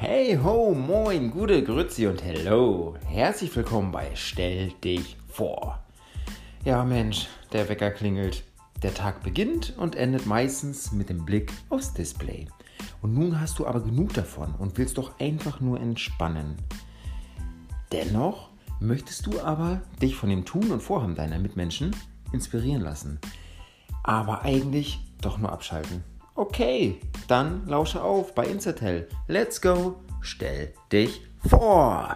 Hey ho, moin, gute Grüezi und hello. Herzlich willkommen bei Stell dich vor. Ja Mensch, der Wecker klingelt. Der Tag beginnt und endet meistens mit dem Blick aufs Display. Und nun hast du aber genug davon und willst doch einfach nur entspannen. Dennoch möchtest du aber dich von dem Tun und Vorhaben deiner Mitmenschen inspirieren lassen. Aber eigentlich doch nur abschalten. Okay, dann lausche auf bei Insertel. Let's go, stell dich vor!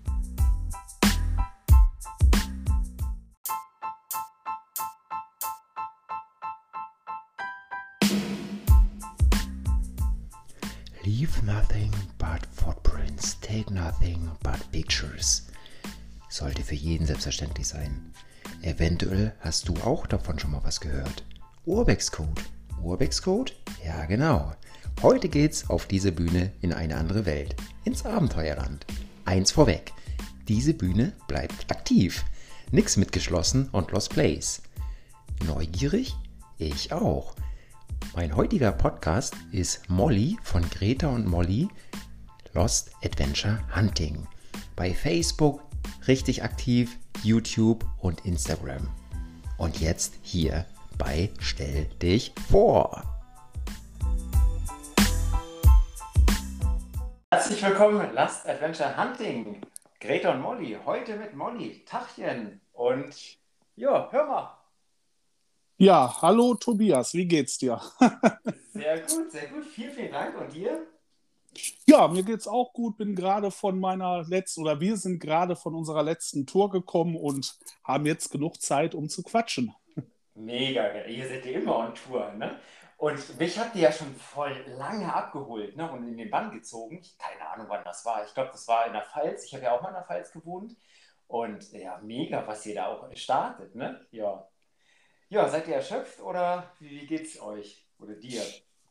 Leave nothing but footprints, take nothing but pictures. Sollte für jeden selbstverständlich sein. Eventuell hast du auch davon schon mal was gehört. Urbex-Code. Urbex-Code? Ja, genau. Heute geht's auf diese Bühne in eine andere Welt, ins Abenteuerland. Eins vorweg, diese Bühne bleibt aktiv. Nix mit geschlossen und Lost Place. Neugierig? Ich auch. Mein heutiger Podcast ist Molly von Greta und Molly Lost Adventure Hunting. Bei Facebook richtig aktiv, YouTube und Instagram. Und jetzt hier bei Stell dich vor. Herzlich willkommen, Lost Adventure Hunting. Greta und Molly, heute mit Molly. Tachchen. Und ja, hör mal. Ja, hallo Tobias, wie geht's dir? Sehr gut, sehr gut. Vielen, vielen Dank. Und dir? Ja, mir geht's auch gut. Bin gerade von wir sind gerade von unserer letzten Tour gekommen und haben jetzt genug Zeit, um zu quatschen. Mega, ihr seid ja immer on Tour, ne? Und mich habt ihr ja schon voll lange abgeholt, ne? Und in den Bann gezogen. Keine Ahnung, wann das war. Ich glaube, das war in der Pfalz. Ich habe ja auch mal in der Pfalz gewohnt. Und ja, mega, was ihr da auch startet, ne? Ja. Ja, seid ihr erschöpft oder wie geht's euch? Oder dir?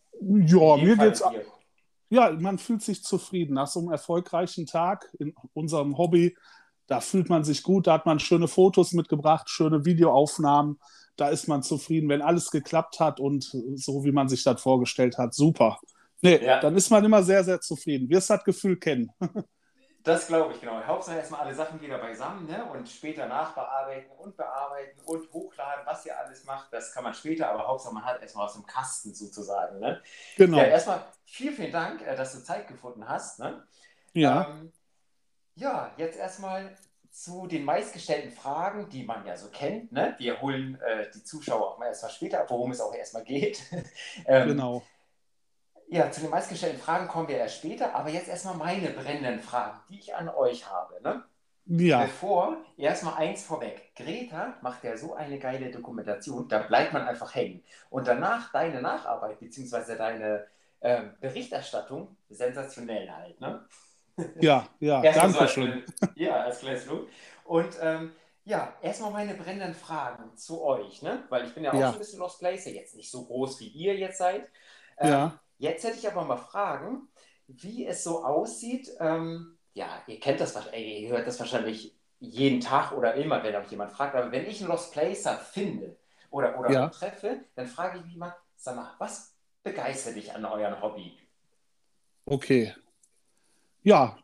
In Ja, dem mir Fall geht's, dir. ja, man fühlt sich zufrieden. Nach so einem erfolgreichen Tag in unserem Hobby, da fühlt man sich gut, da hat man schöne Fotos mitgebracht, schöne Videoaufnahmen. Da ist man zufrieden, wenn alles geklappt hat und so, wie man sich das vorgestellt hat. Super. Nee, Ja, dann ist man immer sehr, sehr zufrieden. Wirst das Gefühl kennen. das glaube ich, genau. Hauptsache erstmal alle Sachen wieder beisammen, ne? Und später nachbearbeiten und bearbeiten und hochladen, was ihr alles macht. Das kann man später, aber Hauptsache man hat erstmal aus dem Kasten sozusagen, ne? Ja, Genau. erstmal vielen, vielen Dank, dass du Zeit gefunden hast, ne? Ja, Ähm, ja, jetzt erstmal zu den meistgestellten Fragen, die man ja so kennt, ne? Wir holen die Zuschauer auch mal erstmal später ab, worum es auch erstmal geht. ähm, genau. ja, zu den meistgestellten Fragen kommen wir erst später, aber jetzt erstmal meine brennenden Fragen, die ich an euch habe, ne? Ja, Bevor, erstmal eins vorweg. Greta macht ja so eine geile Dokumentation, da bleibt man einfach hängen. Und danach deine Nacharbeit, beziehungsweise deine Berichterstattung, sensationell halt, ne? ja, Erstmal so danke als, schön. ja, als kleines Lob. Und ja, erstmal meine brennenden Fragen zu euch, ne? Weil ich bin ja auch so ein Ja, bisschen Lost Placer, jetzt nicht so groß wie ihr jetzt seid. ja, Jetzt hätte ich aber mal Fragen, wie es so aussieht. Ja, ihr kennt das wahrscheinlich, ihr hört das wahrscheinlich jeden Tag oder immer, wenn euch jemand fragt, aber wenn ich einen Lost Placer finde oder auch ja, treffe, dann frage ich mich mal, sag mal, was begeistert dich an eurem Hobby? okay. Ja,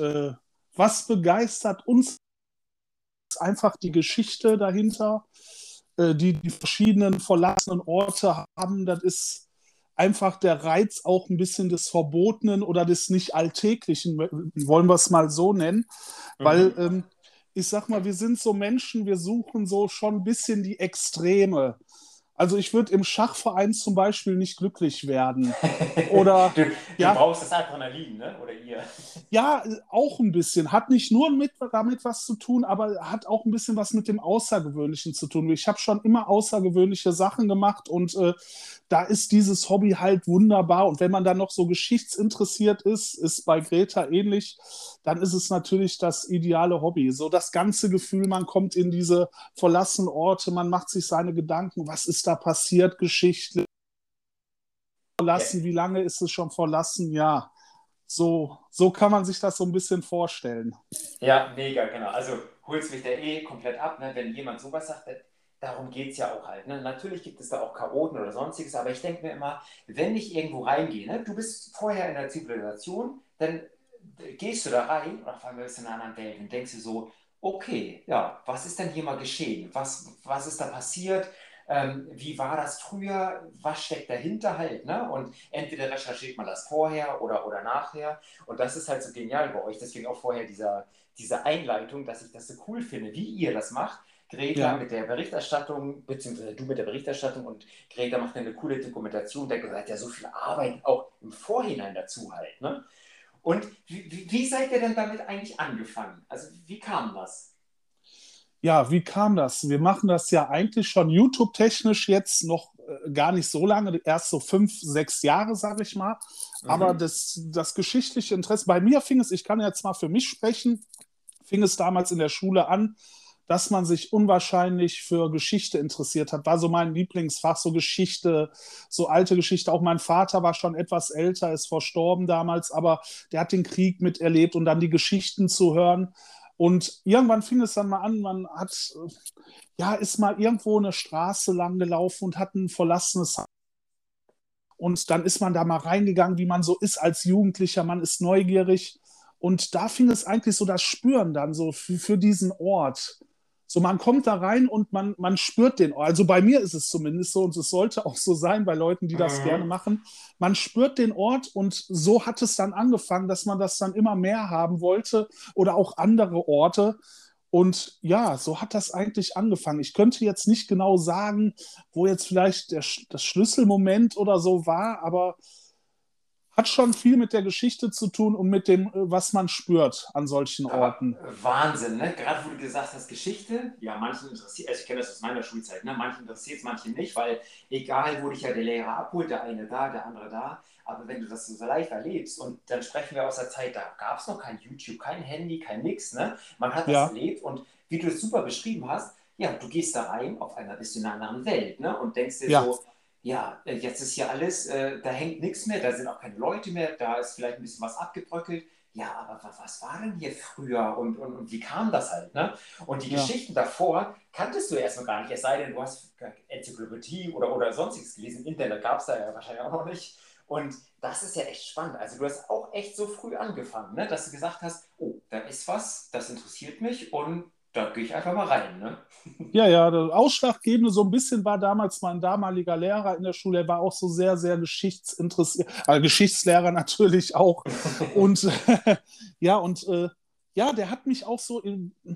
was begeistert uns, ist einfach die Geschichte dahinter, die verschiedenen verlassenen Orte haben. Das ist einfach der Reiz auch ein bisschen des Verbotenen oder des Nicht-Alltäglichen, wollen wir es mal so nennen. Weil Mhm. ich sag mal, wir sind so Menschen, wir suchen so schon ein bisschen die Extreme. Also ich würde im Schachverein zum Beispiel nicht glücklich werden. Oder Du ja, brauchst das Adrenalin, ne? Oder ihr? ja, auch ein bisschen. Hat nicht nur damit was zu tun, aber hat auch ein bisschen was mit dem Außergewöhnlichen zu tun. Ich habe schon immer außergewöhnliche Sachen gemacht und da ist dieses Hobby halt wunderbar. Und wenn man dann noch so geschichtsinteressiert ist bei Greta ähnlich, dann ist es natürlich das ideale Hobby. So das ganze Gefühl, man kommt in diese verlassenen Orte, man macht sich seine Gedanken, was ist da passiert, Geschichte Ja, verlassen, wie lange ist es schon verlassen, ja. So kann man sich das so ein bisschen vorstellen. ja, mega, genau. Also holst mich da komplett ab, ne? Wenn jemand sowas sagt, darum geht es ja auch halt. Ne? Natürlich gibt es da auch Chaoten oder sonstiges, aber ich denke mir immer, wenn ich irgendwo reingehe, ne? Du bist vorher in der Zivilisation, dann gehst du da rein und auf einmal bist du in einer anderen Welt und denkst du so, okay, ja, was ist denn hier mal geschehen? Was ist da passiert? Wie war das früher? Was steckt dahinter halt? Ne? Und entweder recherchiert man das vorher oder nachher. Und das ist halt so genial bei euch. Deswegen auch vorher diese Einleitung, dass ich das so cool finde, wie ihr das macht. Greta Ja. mit der Berichterstattung, beziehungsweise du mit der Berichterstattung und Greta macht eine coole Dokumentation, da gehört ja so viel Arbeit auch im Vorhinein dazu halt. Ne? Und wie seid ihr denn damit eigentlich angefangen? Also wie kam das? Ja, wie kam das? Wir machen das ja eigentlich schon YouTube-technisch jetzt noch gar nicht so lange, erst so 5, 6 Jahre, sage ich mal. Aber Mhm. das geschichtliche Interesse, bei mir fing es, ich kann jetzt mal für mich sprechen, fing es damals in der Schule an, dass man sich unwahrscheinlich für Geschichte interessiert hat. War so mein Lieblingsfach, so Geschichte, so alte Geschichte. Auch mein Vater war schon etwas älter, ist verstorben damals, aber der hat den Krieg miterlebt und dann die Geschichten zu hören. Und irgendwann fing es dann mal an, man hat, ja, ist mal irgendwo eine Straße lang gelaufen und hat ein verlassenes Haus. Und dann ist man da mal reingegangen, wie man so ist als Jugendlicher. Man ist neugierig. Und da fing es eigentlich so das Spüren dann so für diesen Ort. So, man kommt da rein und man spürt den Ort. Also bei mir ist es zumindest so und es sollte auch so sein bei Leuten, die das gerne Mhm. machen. Man spürt den Ort und so hat es dann angefangen, dass man das dann immer mehr haben wollte oder auch andere Orte. Und ja, so hat das eigentlich angefangen. Ich könnte jetzt nicht genau sagen, wo jetzt vielleicht das Schlüsselmoment oder so war, aber hat schon viel mit der Geschichte zu tun und mit dem, was man spürt an solchen Aber Orten. Wahnsinn, ne? Gerade wo du gesagt hast, Geschichte, ja, manchen interessiert, also ich kenne das aus meiner Schulzeit, ne? Manchen interessiert es, manchen nicht, weil egal, wo dich ja der Lehrer abholt, der eine da, der andere da, aber wenn du das so live erlebst und dann sprechen wir aus der Zeit, da gab es noch kein YouTube, kein Handy, kein nix, ne? Man hat das Ja, erlebt und wie du es super beschrieben hast, ja, du gehst da rein, auf einmal bist du in einer anderen Welt, ne? Und denkst dir ja, so, ja, jetzt ist hier alles, da hängt nichts mehr, da sind auch keine Leute mehr, da ist vielleicht ein bisschen was abgebröckelt. Ja, aber was war denn hier früher und wie kam das halt, ne? Und die ja. Geschichten davor kanntest du erstmal gar nicht, es sei denn, du hast Enzyklopädie oder sonstiges gelesen. Internet gab es da ja wahrscheinlich auch noch nicht. Und das ist ja echt spannend. Also du hast auch echt so früh angefangen, ne? Dass du gesagt hast, oh, da ist was, das interessiert mich und da gehe ich einfach mal rein, ne? Ja, ja, das Ausschlaggebende so ein bisschen war damals mein damaliger Lehrer in der Schule, er war auch so sehr, sehr geschichtsinteressiert, Geschichtslehrer natürlich auch. Und ja, und ja, der hat mich auch so,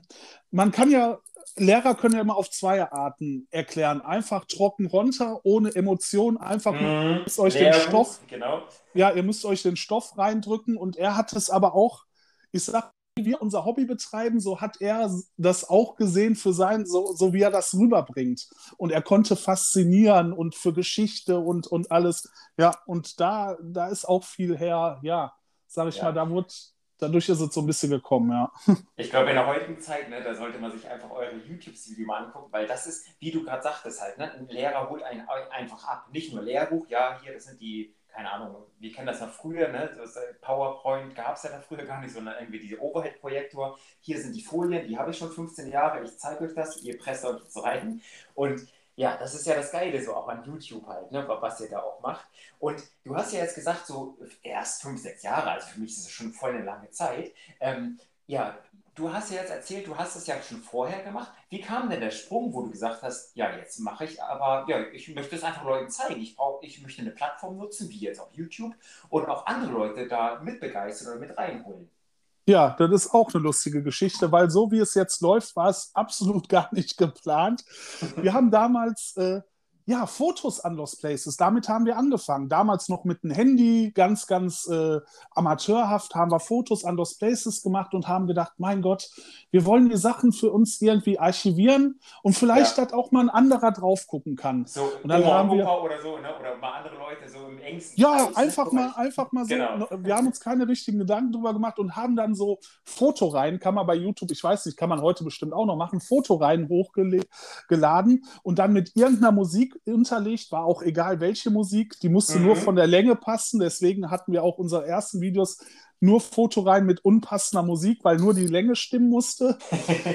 man kann ja, Lehrer können ja immer auf zwei Arten erklären. Einfach trocken runter, ohne Emotion, einfach nur, ihr Mhm. müsst euch den Lehrbuch, Stoff, genau. ja, ihr müsst euch den Stoff reindrücken und er hat es aber auch, ich sag, wie wir unser Hobby betreiben, so hat er das auch gesehen für sein, so wie er das rüberbringt. Und er konnte faszinieren und für Geschichte und alles. Ja, und da ist auch viel her, ja, sag ich mal, Ja. dadurch ist es so ein bisschen gekommen, ja. Ich glaube, in der heutigen Zeit, ne, da sollte man sich einfach eure YouTube-Video mal angucken, weil das ist, wie du gerade sagtest halt, ne, ein Lehrer holt einen einfach ab. Nicht nur Lehrbuch, ja, hier, das sind die, keine Ahnung, wir kennen das noch früher, ne, das PowerPoint gab es ja da früher gar nicht, sondern irgendwie diese Overhead-Projektor. Hier sind die Folien, die habe ich schon 15 Jahre, ich zeige euch das, ihr presst euch jetzt rein. Und ja, das ist ja das Geile so auch an YouTube halt, ne, was ihr da auch macht. Und du hast ja jetzt gesagt, so erst 5, 6 Jahre, also für mich ist es schon voll eine lange Zeit. Ja, du hast ja jetzt erzählt, du hast es ja schon vorher gemacht. Wie kam denn der Sprung, wo du gesagt hast, ja, jetzt mache ich, aber ja, ich möchte es einfach Leuten zeigen. Ich möchte eine Plattform nutzen, wie jetzt auf YouTube, und auch andere Leute da mit begeistern oder mit reinholen. Ja, das ist auch eine lustige Geschichte, weil so wie es jetzt läuft, war es absolut gar nicht geplant. Wir haben damals ja, Fotos an Lost Places. Damit haben wir angefangen. Damals noch mit einem Handy, ganz, ganz amateurhaft, haben wir Fotos an Lost Places gemacht und haben gedacht, mein Gott, wir wollen die Sachen für uns irgendwie archivieren und vielleicht, Ja, dass auch mal ein anderer drauf gucken kann. so Und dann Oma und haben wir Opa oder so, ne? Oder mal andere Leute so im engsten ja, Kreis, ne? Guck mal, ich, einfach mal so. genau. Wir haben uns keine richtigen Gedanken drüber gemacht und haben dann so Fotoreihen, kann man bei YouTube, ich weiß nicht, kann man heute bestimmt auch noch machen, Fotoreihen hochgeladen und dann mit irgendeiner Musik unterlegt, war auch egal welche Musik, die musste nur von Mhm. der Länge passen. Deswegen hatten wir auch unsere ersten Videos nur Fotoreihen mit unpassender Musik, weil nur die Länge stimmen musste.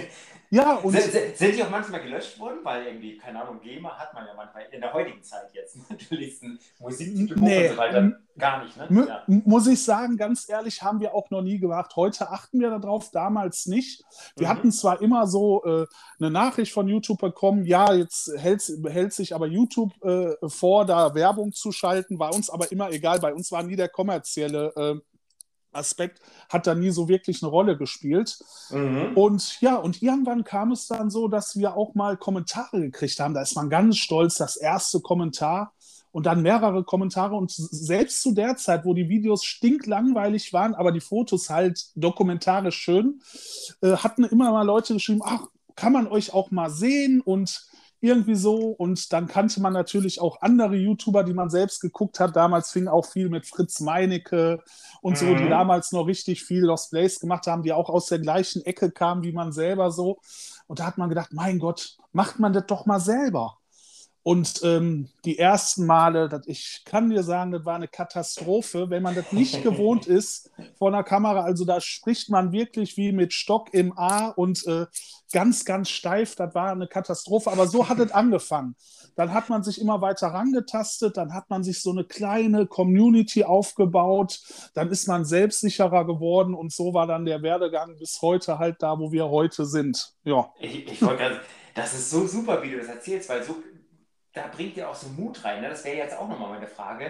Ja, und Sind die auch manchmal gelöscht worden? Weil irgendwie, keine Ahnung, GEMA hat man ja manchmal in der heutigen Zeit jetzt. Du lädst ein Musiktitel hoch und so nee, weiter. Gar nicht, ne? Ja. muss ich sagen, ganz ehrlich, haben wir auch noch nie gemacht. Heute achten wir darauf, damals nicht. Wir hatten Mhm. zwar immer so eine Nachricht von YouTube bekommen, ja, jetzt hält sich aber YouTube vor, da Werbung zu schalten, war uns aber immer egal. Bei uns war nie der kommerzielle Aspekt, hat da nie so wirklich eine Rolle gespielt. Mhm. Und ja, und irgendwann kam es dann so, dass wir auch mal Kommentare gekriegt haben. Da ist man ganz stolz, das erste Kommentar und dann mehrere Kommentare. Und selbst zu der Zeit, wo die Videos stinklangweilig waren, aber die Fotos halt dokumentarisch schön, hatten immer mal Leute geschrieben, ach, kann man euch auch mal sehen und irgendwie so. Und dann kannte man natürlich auch andere YouTuber, die man selbst geguckt hat. Damals fing auch viel mit Fritz Meinecke und so, die Mhm. damals noch richtig viel Lost Place gemacht haben, die auch aus der gleichen Ecke kamen wie man selber so. Und da hat man gedacht, mein Gott, macht man das doch mal selber. Und die ersten Male, ich kann dir sagen, das war eine Katastrophe, wenn man das nicht gewohnt ist vor einer Kamera. Also da spricht man wirklich wie mit Stock im A und ganz, ganz steif. Das war eine Katastrophe. Aber so hat es angefangen. Dann hat man sich immer weiter rangetastet. Dann hat man sich so eine kleine Community aufgebaut. Dann ist man selbstsicherer geworden. Und so war dann der Werdegang bis heute halt da, wo wir heute sind. Ja. Ich wollte gerade, das ist so super, wie du das erzählst, weil so, da bringt dir auch so Mut rein. Ne? Das wäre jetzt auch nochmal meine Frage.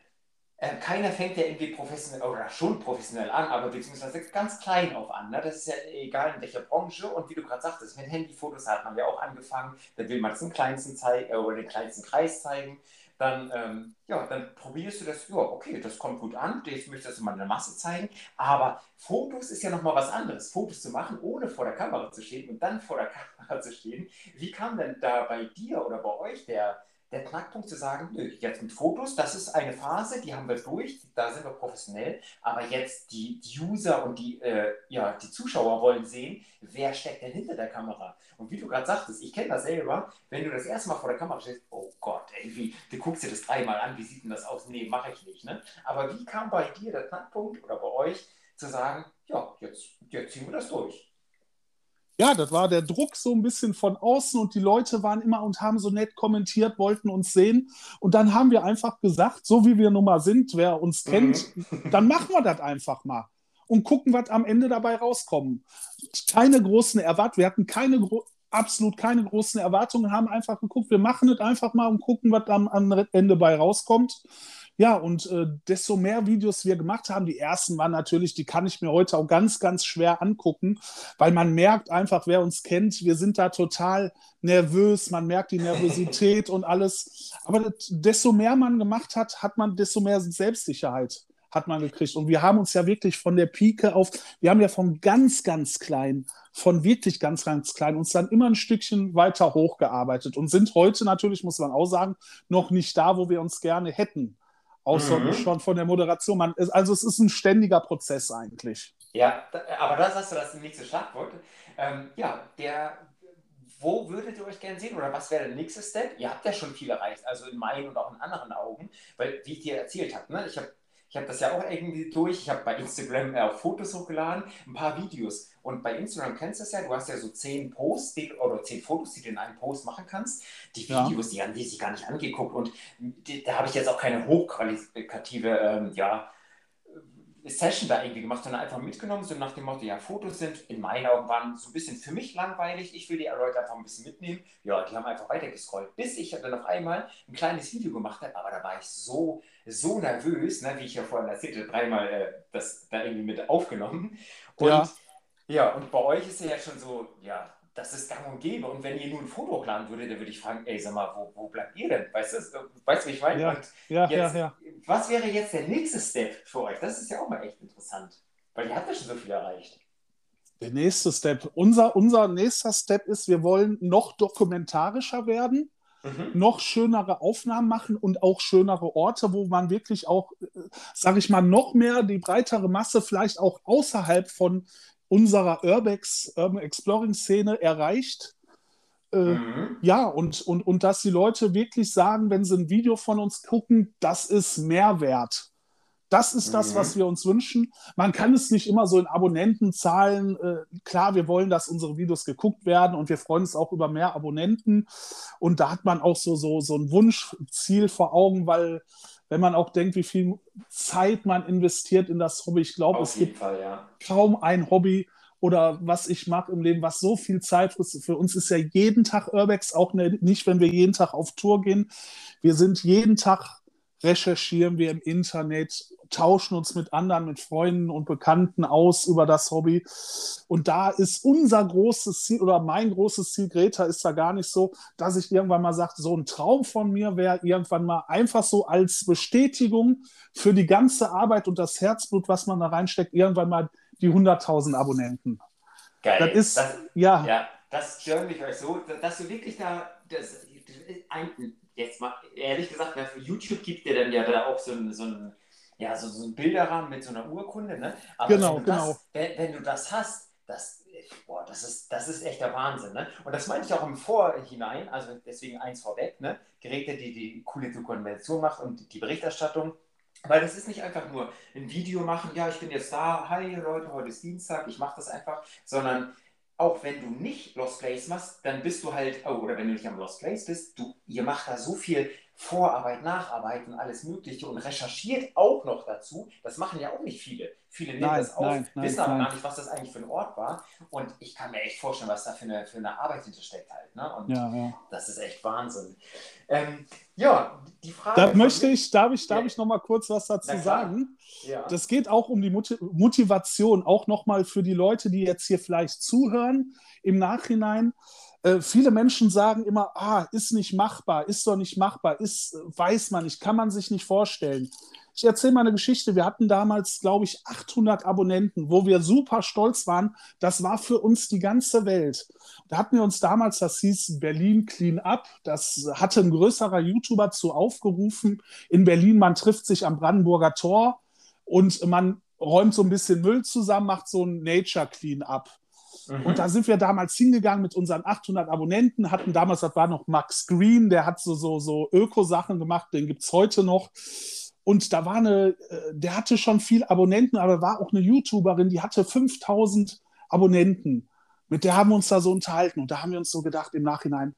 Keiner fängt ja irgendwie professionell oder schon professionell an, aber beziehungsweise ganz klein auf an. Ne? Das ist ja egal in welcher Branche. Und wie du gerade sagtest, mit Handyfotos hat man ja auch angefangen. Dann will man es im kleinsten zeigen oder den kleinsten Kreis zeigen. Dann, ja, dann probierst du das, ja, okay, das kommt gut an, jetzt möchtest du mal eine Masse zeigen. Aber Fotos ist ja nochmal was anderes. Fotos zu machen, ohne vor der Kamera zu stehen und dann vor der Kamera zu stehen. Wie kam denn da bei dir oder bei euch der Knackpunkt zu sagen, nö, jetzt mit Fotos, das ist eine Phase, die haben wir durch, da sind wir professionell, aber jetzt die User und ja, die Zuschauer wollen sehen, wer steckt denn hinter der Kamera? Und wie du gerade sagtest, ich kenne das selber, wenn du das erste Mal vor der Kamera stehst, oh Gott, ey, du guckst dir das dreimal an, wie sieht denn das aus? Nee, mache ich nicht. Ne? Aber wie kam bei dir der Knackpunkt oder bei euch zu sagen, ja, jetzt ziehen wir das durch? Ja, das war der Druck so ein bisschen von außen und die Leute waren immer und haben so nett kommentiert, wollten uns sehen. Und dann haben wir einfach gesagt, so wie wir nun mal sind, wer uns kennt, Mhm. dann machen wir das einfach mal und gucken, was am Ende dabei rauskommt. Keine großen Erwartungen, wir hatten absolut keine großen Erwartungen, haben einfach geguckt, wir machen es einfach mal und gucken, was am Ende bei rauskommt. Ja, und desto mehr Videos wir gemacht haben, die ersten waren natürlich, die kann ich mir heute auch ganz, ganz schwer angucken, weil man merkt einfach, wer uns kennt, wir sind da total nervös, man merkt die Nervosität und alles. Aber desto mehr man gemacht hat, hat man desto mehr Selbstsicherheit hat man gekriegt. Und wir haben uns ja wirklich von der Pike auf, wir haben ja von ganz, ganz klein, von wirklich ganz, ganz klein uns dann immer ein Stückchen weiter hochgearbeitet und sind heute natürlich, muss man auch sagen, noch nicht da, wo wir uns gerne hätten. Außer Mhm. schon von der Moderation. Also es ist ein ständiger Prozess eigentlich. Ja, aber das hast du das nächste Schlagwort. Ja, wo würdet ihr euch gerne sehen oder was wäre der nächste Step? Ihr habt ja schon viel erreicht, also in meinen und auch in anderen Augen, weil, wie ich dir erzählt habe, ne, ich hab das ja auch irgendwie durch. Ich habe bei Instagram auch Fotos hochgeladen, ein paar Videos. Und bei Instagram kennst du das ja, du hast ja so 10 Posts oder 10 Fotos, die du in einem Post machen kannst. Die Ja. Videos, die haben die sich gar nicht angeguckt. Und da habe ich jetzt auch keine hochqualitative, ja, Session da irgendwie gemacht, sondern einfach mitgenommen, so nach dem Motto, ja, Fotos sind in meinen Augen waren so ein bisschen für mich langweilig. Ich will die Leute einfach ein bisschen mitnehmen. Ja, die haben einfach weitergescrollt, bis ich dann auf einmal ein kleines Video gemacht habe, aber da war ich so nervös, ne, wie ich ja vorhin erzählte, dreimal das da irgendwie mit aufgenommen. Und Ja, ja, und bei euch ist ja schon so, ja, das ist gang und gäbe. Und wenn ihr nur ein Foto hochladen würdet, dann würde ich fragen, ey, sag mal, wo bleibt ihr denn? Weißt du, wie ich meine? Und ja, ja, ja, jetzt, ja. was wäre jetzt der nächste Step für euch? Das ist ja auch mal echt interessant, weil ihr habt ja schon so viel erreicht. Der nächste Step. Unser nächster Step ist, wir wollen noch dokumentarischer werden, Mhm. noch schönere Aufnahmen machen und auch schönere Orte, wo man wirklich auch, sage ich mal, noch mehr die breitere Masse vielleicht auch außerhalb von unserer Urban Exploring Szene erreicht. Äh, Mhm. ja, und dass die Leute wirklich sagen, wenn sie ein Video von uns gucken, das ist Mehrwert. Das ist das, was wir uns wünschen. Man kann es nicht immer so in Abonnentenzahlen. Klar, wir wollen, dass unsere Videos geguckt werden und wir freuen uns auch über mehr Abonnenten. Und da hat man auch so ein Wunschziel vor Augen, weil wenn man auch denkt, wie viel Zeit man investiert in das Hobby, ich glaube, es gibt kaum ein Hobby oder was ich mache im Leben, was so viel Zeit frisst. Für uns ist ja jeden Tag Urbex, auch nicht, wenn wir jeden Tag auf Tour gehen. Wir sind jeden Tag, recherchieren wir im Internet, tauschen uns mit anderen, mit Freunden und Bekannten aus über das Hobby. Und da ist unser großes Ziel oder mein großes Ziel, Greta, ist da gar nicht so, dass ich irgendwann mal sage, so ein Traum von mir wäre irgendwann mal einfach so als Bestätigung für die ganze Arbeit und das Herzblut, was man da reinsteckt, irgendwann mal die 100.000 Abonnenten. Geil. Ja. Das stört mich euch so, dass du wirklich jetzt mal ehrlich gesagt, für YouTube gibt dir dann ja da auch so ein Bilderrahmen mit so einer Urkunde, ne? Aber Genau. Wenn du das hast, das ist echt der Wahnsinn, ne? Und das meinte ich auch im Vorhinein, also deswegen eins vorweg, ne? Geräte, die coole Dokumentation macht und die Berichterstattung. Weil das ist nicht einfach nur ein Video machen, ja, ich bin jetzt da, hi Leute, heute ist Dienstag, ich mache das einfach, sondern auch wenn du nicht Lost Place machst, dann bist du halt, oder wenn du nicht am Lost Place bist, ihr macht da so viel Vorarbeit, Nacharbeit und alles Mögliche und recherchiert auch noch dazu. Das machen ja auch nicht viele. Viele nehmen das auf, wissen aber gar nicht, was das eigentlich für ein Ort war. Und ich kann mir echt vorstellen, was da für eine Arbeit hintersteckt halt. Ne? Und das ist echt Wahnsinn. Die Frage. Darf ich noch mal kurz was dazu sagen? Ja. Das geht auch um die Motivation, auch noch mal für die Leute, die jetzt hier vielleicht zuhören im Nachhinein. Viele Menschen sagen immer, ist nicht machbar, ist doch nicht machbar, weiß man nicht, kann man sich nicht vorstellen. Ich erzähle mal eine Geschichte. Wir hatten damals, glaube ich, 800 Abonnenten, wo wir super stolz waren. Das war für uns die ganze Welt. Da hatten wir uns damals, das hieß Berlin Clean Up, das hatte ein größerer YouTuber zu aufgerufen. In Berlin, man trifft sich am Brandenburger Tor und man räumt so ein bisschen Müll zusammen, macht so ein Nature Clean Up. Und da sind wir damals hingegangen mit unseren 800 Abonnenten, hatten damals, das war noch Max Green, der hat so Öko-Sachen gemacht, den gibt es heute noch. Und da war der hatte schon viel Abonnenten, aber war auch eine YouTuberin, die hatte 5.000 Abonnenten. Mit der haben wir uns da so unterhalten. Und da haben wir uns so gedacht im Nachhinein,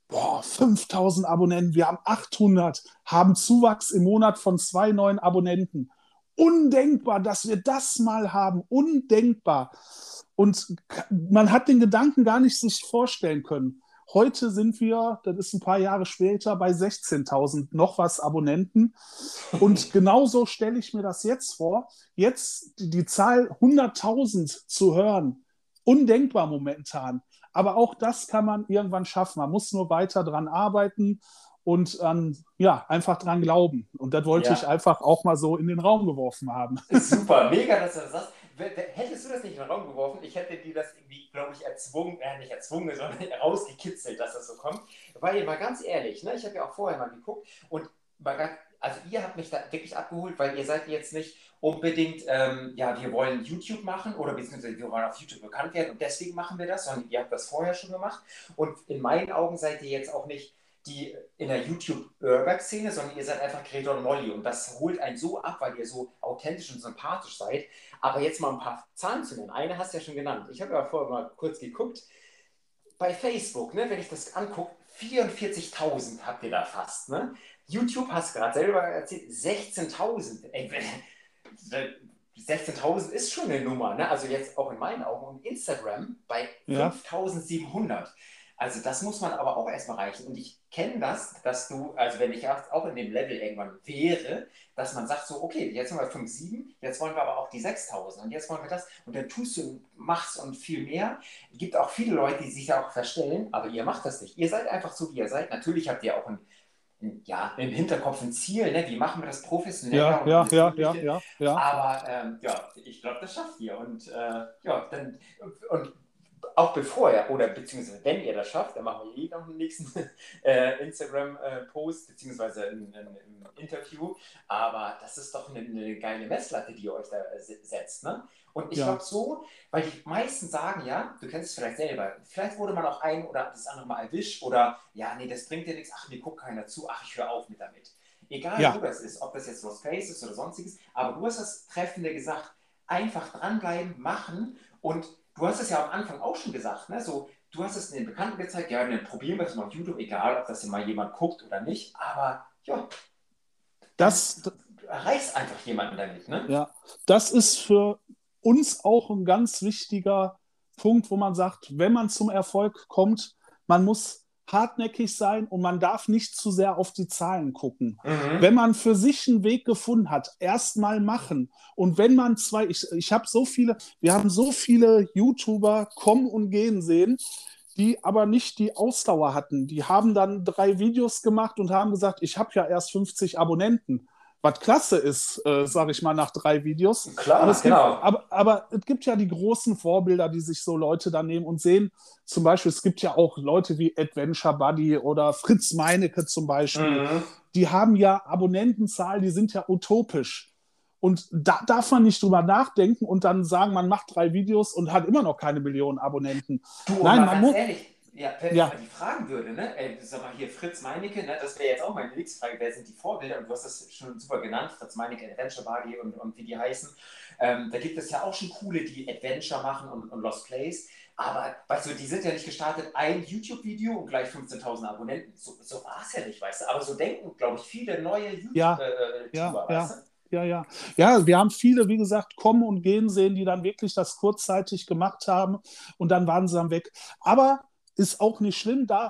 5.000 Abonnenten, wir haben 800, haben Zuwachs im Monat von 2 neuen Abonnenten. Undenkbar, dass wir das mal haben, undenkbar. Und man hat den Gedanken gar nicht sich vorstellen können. Heute sind wir, das ist ein paar Jahre später, bei 16.000 noch was Abonnenten. Und genauso stelle ich mir das jetzt vor. Jetzt die Zahl 100.000 zu hören, undenkbar momentan. Aber auch das kann man irgendwann schaffen. Man muss nur weiter dran arbeiten und einfach dran glauben. Und das wollte ich einfach auch mal so in den Raum geworfen haben. Super, mega, dass du das sagst. Hättest du das nicht in den Raum geworfen, ich hätte dir das irgendwie, glaube ich, nicht erzwungen, sondern rausgekitzelt, dass das so kommt. Weil, mal ganz ehrlich, ne, ich habe ja auch vorher mal geguckt und also ihr habt mich da wirklich abgeholt, weil ihr seid jetzt nicht unbedingt, wir wollen YouTube machen oder beziehungsweise wir wollen auf YouTube bekannt werden und deswegen machen wir das, sondern ihr habt das vorher schon gemacht. Und in meinen Augen seid ihr jetzt auch nicht die in der YouTube-Urbex-Szene, sondern ihr seid einfach Greta und Molly und das holt einen so ab, weil ihr so authentisch und sympathisch seid. Aber jetzt mal ein paar Zahlen zu nennen. Eine hast du ja schon genannt. Ich habe ja vorher mal kurz geguckt. Bei Facebook, ne, wenn ich das angucke, 44.000 habt ihr da fast. Ne? YouTube, hast du gerade selber erzählt, 16.000. 16.000 ist schon eine Nummer. Ne? Also jetzt auch in meinen Augen. Und Instagram bei 5.700. Also das muss man aber auch erstmal erreichen. Und ich kenne das, dass du, also wenn ich auch in dem Level irgendwann wäre, dass man sagt so, okay, jetzt haben wir 5.7, jetzt wollen wir aber auch die 6.000 und jetzt wollen wir das. Und dann tust du und machst und viel mehr. Es gibt auch viele Leute, die sich da auch verstellen, aber ihr macht das nicht. Ihr seid einfach so, wie ihr seid. Natürlich habt ihr auch im Hinterkopf ein Ziel, ne? Wie machen wir das professioneller? Ja. Aber ich glaube, das schafft ihr. Und auch bevor oder beziehungsweise wenn ihr das schafft, dann machen wir noch einen nächsten Instagram-Post, beziehungsweise ein Interview. Aber das ist doch eine geile Messlatte, die ihr euch da setzt. Ne? Und ich glaube so, weil die meisten sagen, ja, du kennst es vielleicht selber, vielleicht wurde man auch ein oder das andere Mal erwischt oder, ja, nee, das bringt dir nichts, ach, mir guckt keiner zu, ach, ich höre auf mit damit. egal Ja. wo das ist, ob das jetzt Lost Place ist oder sonstiges, aber du hast das Treffende gesagt, einfach dranbleiben, machen und du hast es ja am Anfang auch schon gesagt, ne? So, du hast es den Bekannten gezeigt, ja, dann probieren wir es mal auf YouTube, egal ob das mal jemand guckt oder nicht, aber ja, Das, du erreichst einfach jemanden damit, ne? ja, das ist für uns auch ein ganz wichtiger Punkt, wo man sagt, wenn man zum Erfolg kommt, man muss hartnäckig sein und man darf nicht zu sehr auf die Zahlen gucken. Mhm. Wenn man für sich einen Weg gefunden hat, erstmal machen. Und wenn man wir haben so viele YouTuber kommen und gehen sehen, die aber nicht die Ausdauer hatten. Die haben dann 3 Videos gemacht und haben gesagt, ich habe ja erst 50 Abonnenten. Was klasse ist, sage ich mal, nach 3 Videos. Klar, Aber genau. aber es gibt ja die großen Vorbilder, die sich so Leute da nehmen und sehen. Zum Beispiel, es gibt ja auch Leute wie Adventure Buddy oder Fritz Meinecke zum Beispiel. Mhm. Die haben ja Abonnentenzahlen, die sind ja utopisch. Und da darf man nicht drüber nachdenken und dann sagen, man macht 3 Videos und hat immer noch keine Millionen Abonnenten. Du, und Nein, mal man ganz muss. ehrlich, ja, wenn Ja. man die fragen würde, ne, sag mal hier Fritz Meinecke, ne, das wäre jetzt auch meine nächste Frage, wer sind die Vorbilder? Und du hast das schon super genannt, Fritz Meinecke, Adventure Buddy und wie die heißen. Da gibt es ja auch schon coole, die Adventure machen und Lost Place. Aber, weißt du, die sind ja nicht gestartet, ein YouTube-Video und gleich 15.000 Abonnenten. So war es ja nicht, weißt du. Aber so denken, glaube ich, viele neue Ja, YouTuber, ja. weißt du? Ja. Ja, wir haben viele, wie gesagt, kommen und gehen sehen, die dann wirklich das kurzzeitig gemacht haben und dann waren sie dann weg. Aber ist auch nicht schlimm, da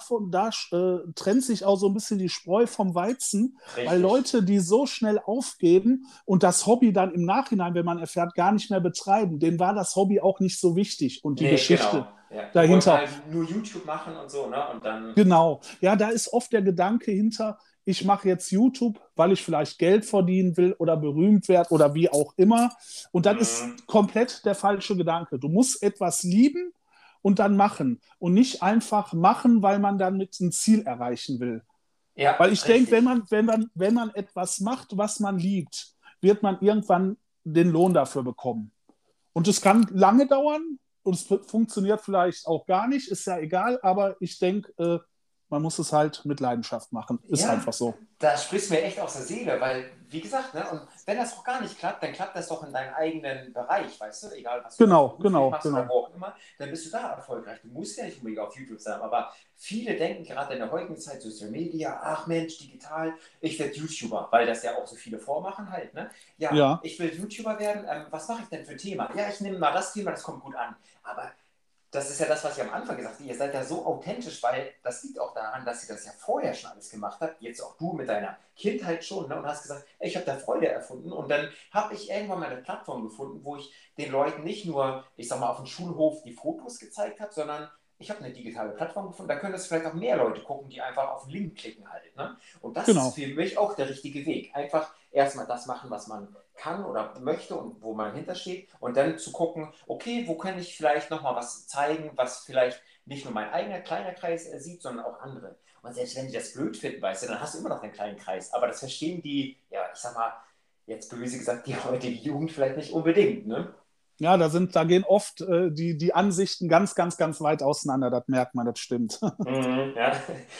trennt sich auch so ein bisschen die Spreu vom Weizen, weil Richtig. Leute, die so schnell aufgeben und das Hobby dann im Nachhinein, wenn man erfährt, gar nicht mehr betreiben, denen war das Hobby auch nicht so wichtig und die Geschichte Genau. Ja. Die dahinter. wollten halt nur YouTube machen und so, ne? Und dann. Genau. Ja, da ist oft der Gedanke hinter, ich mache jetzt YouTube, weil ich vielleicht Geld verdienen will oder berühmt werde oder wie auch immer. Und das ist komplett der falsche Gedanke. Du musst etwas lieben und dann machen. Und nicht einfach machen, weil man dann mit ein Ziel erreichen will. Ja, Weil ich denke, richtig. wenn man etwas macht, was man liebt, wird man irgendwann den Lohn dafür bekommen. Und es kann lange dauern und es funktioniert vielleicht auch gar nicht, ist ja egal, aber ich denke, man muss es halt mit Leidenschaft machen. Ist Ja, einfach so. da sprichst du mir echt aus der Seele, weil, wie gesagt, ne, und wenn das auch gar nicht klappt, dann klappt das doch in deinem eigenen Bereich, weißt du, egal was du beruflich machst oder wo auch immer, dann bist du da erfolgreich. Du musst ja nicht unbedingt auf YouTube sein, aber viele denken gerade in der heutigen Zeit, Social Media, ach Mensch, digital, ich werde YouTuber, weil das ja auch so viele vormachen halt, ne? Ja, ich will YouTuber werden, was mache ich denn für ein Thema? Ja, ich nehme mal das Thema, das kommt gut an, aber das ist ja das, was ich am Anfang gesagt habe. Ihr seid ja so authentisch, weil das liegt auch daran, dass ihr das ja vorher schon alles gemacht habt. Jetzt auch du mit deiner Kindheit schon, ne? Und hast gesagt, ey, ich habe da Freude erfunden. Und dann habe ich irgendwann mal eine Plattform gefunden, wo ich den Leuten nicht nur, ich sag mal, auf dem Schulhof die Fotos gezeigt habe, sondern ich habe eine digitale Plattform gefunden. Da können es vielleicht auch mehr Leute gucken, die einfach auf den Link klicken halt. Ne? Und das ist für mich auch der richtige Weg. Einfach erstmal das machen, was man kann oder möchte und wo man hintersteht und dann zu gucken, okay, wo kann ich vielleicht nochmal was zeigen, was vielleicht nicht nur mein eigener kleiner Kreis sieht, sondern auch andere. Und selbst wenn die das blöd finden, weißt du, dann hast du immer noch einen kleinen Kreis. Aber das verstehen die, ja, ich sag mal, jetzt böse gesagt, die heutige Jugend vielleicht nicht unbedingt, ne? Ja, da gehen oft die Ansichten ganz, ganz, ganz weit auseinander. Das merkt man, das stimmt. Ja.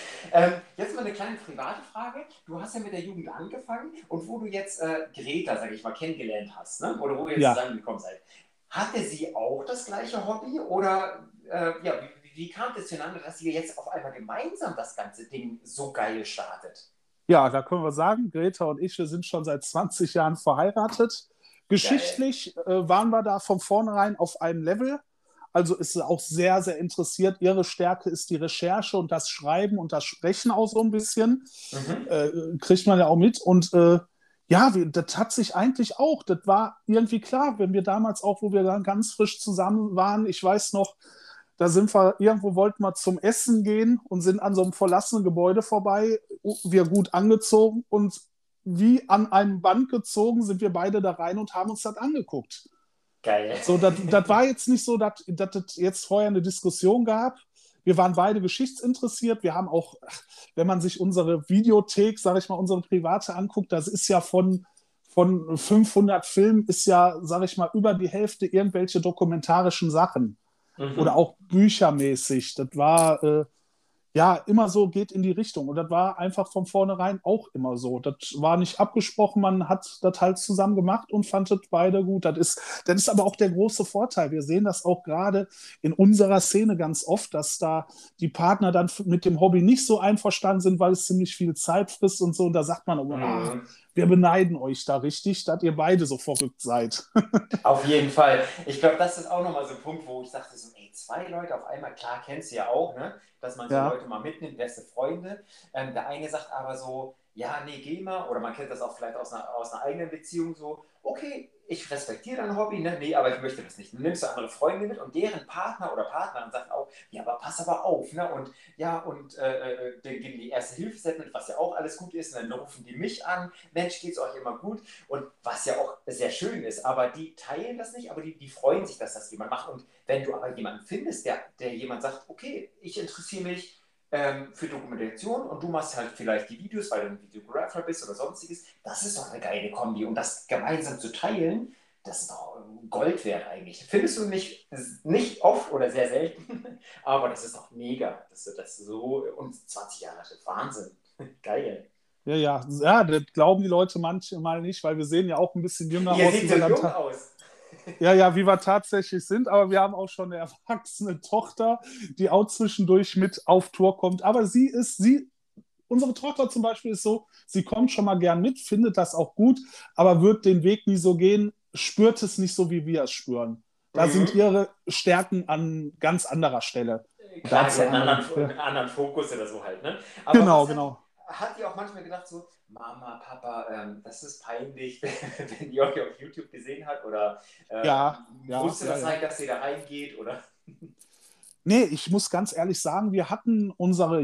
Jetzt mal eine kleine private Frage. Du hast ja mit der Jugend angefangen und wo du jetzt Greta, sag ich mal, kennengelernt hast, ne? Oder wo ihr jetzt zusammengekommen seid. Hatte sie auch das gleiche Hobby oder ja, wie kam es zueinander, dass ihr jetzt auf einmal gemeinsam das ganze Ding so geil startet? Ja, da können wir sagen, Greta und ich, wir sind schon seit 20 Jahren verheiratet. Geschichtlich waren wir da von vornherein auf einem Level. Also ist sie auch sehr, sehr interessiert. Ihre Stärke ist die Recherche und das Schreiben und das Sprechen auch so ein bisschen. Kriegt man ja auch mit. Und ja, das hat sich eigentlich auch, das war irgendwie klar, wenn wir damals auch, wo wir dann ganz frisch zusammen waren, ich weiß noch, da sind wir, irgendwo wollten wir zum Essen gehen und sind an so einem verlassenen Gebäude vorbei, wir gut angezogen und wie an einem Band gezogen sind wir beide da rein und haben uns das angeguckt. Geil. So, das war jetzt nicht so, dass es jetzt vorher eine Diskussion gab. Wir waren beide geschichtsinteressiert. Wir haben auch, wenn man sich unsere Videothek, sage ich mal, unsere private anguckt, das ist ja von 500 Filmen, ist ja, sage ich mal, über die Hälfte irgendwelche dokumentarischen Sachen. Oder auch büchermäßig. Das war ja, immer so geht in die Richtung. Und das war einfach von vornherein auch immer so. Das war nicht abgesprochen, man hat das halt zusammen gemacht und fand das beide gut. Das ist aber auch der große Vorteil. Wir sehen das auch gerade in unserer Szene ganz oft, dass da die Partner dann mit dem Hobby nicht so einverstanden sind, weil es ziemlich viel Zeit frisst und so. Und da sagt man aber, Mhm. wir beneiden euch da richtig, dass ihr beide so verrückt seid. Auf jeden Fall. Ich glaube, das ist auch nochmal so ein Punkt, wo ich dachte so, ey, zwei Leute auf einmal, klar, kennst du ja auch, ne? Dass man so Ja, Leute mal mitnimmt, beste Freunde. Der eine sagt aber so, ja, nee, geh mal, oder man kennt das auch vielleicht aus einer eigenen Beziehung so, okay, ich respektiere dein Hobby, ne? Nee, aber ich möchte das nicht. Dann nimmst du andere Freunde mit und deren Partner oder Partnerin sagt auch, ja, aber pass aber auf, ne? Und ja, und dann geben die Erste-Hilfe-Set mit, was ja auch alles gut ist, und dann rufen die mich an, Mensch, geht's euch immer gut? Und was ja auch sehr schön ist, aber die teilen das nicht, aber die freuen sich, dass das jemand macht. Und wenn du aber jemanden findest, der jemand sagt, okay, ich interessiere mich für Dokumentation und du machst halt vielleicht die Videos, weil du ein Videographer bist oder sonstiges, das ist doch eine geile Kombi. Und das gemeinsam zu teilen, das ist doch Gold wert eigentlich. Findest du nicht oft oder sehr selten, aber das ist doch mega. Das so und 20 Jahre, das ist Wahnsinn. Geil. ja, ja, ja, das glauben die Leute manchmal nicht, weil wir sehen ja auch ein bisschen jünger Ihr aus, seht so jung aus. ja, ja, wie wir tatsächlich sind, aber wir haben auch schon eine erwachsene Tochter, die auch zwischendurch mit auf Tour kommt. Aber unsere Tochter zum Beispiel ist so, sie kommt schon mal gern mit, findet das auch gut, aber wird den Weg nie so gehen, spürt es nicht so, wie wir es spüren. Da sind Mhm. ihre Stärken an ganz anderer Stelle. Und da Klar, hat die sie hat andere. einen anderen Fokus oder so halt, ne? Aber Genau, was genau. hat die auch manchmal gedacht, so, Mama, Papa, das ist peinlich, wenn die euch auf YouTube gesehen hat? Oder Ja, ja, musste ja, das ja. sein, dass sie da reingeht? Oder? Nee, ich muss ganz ehrlich sagen, wir hatten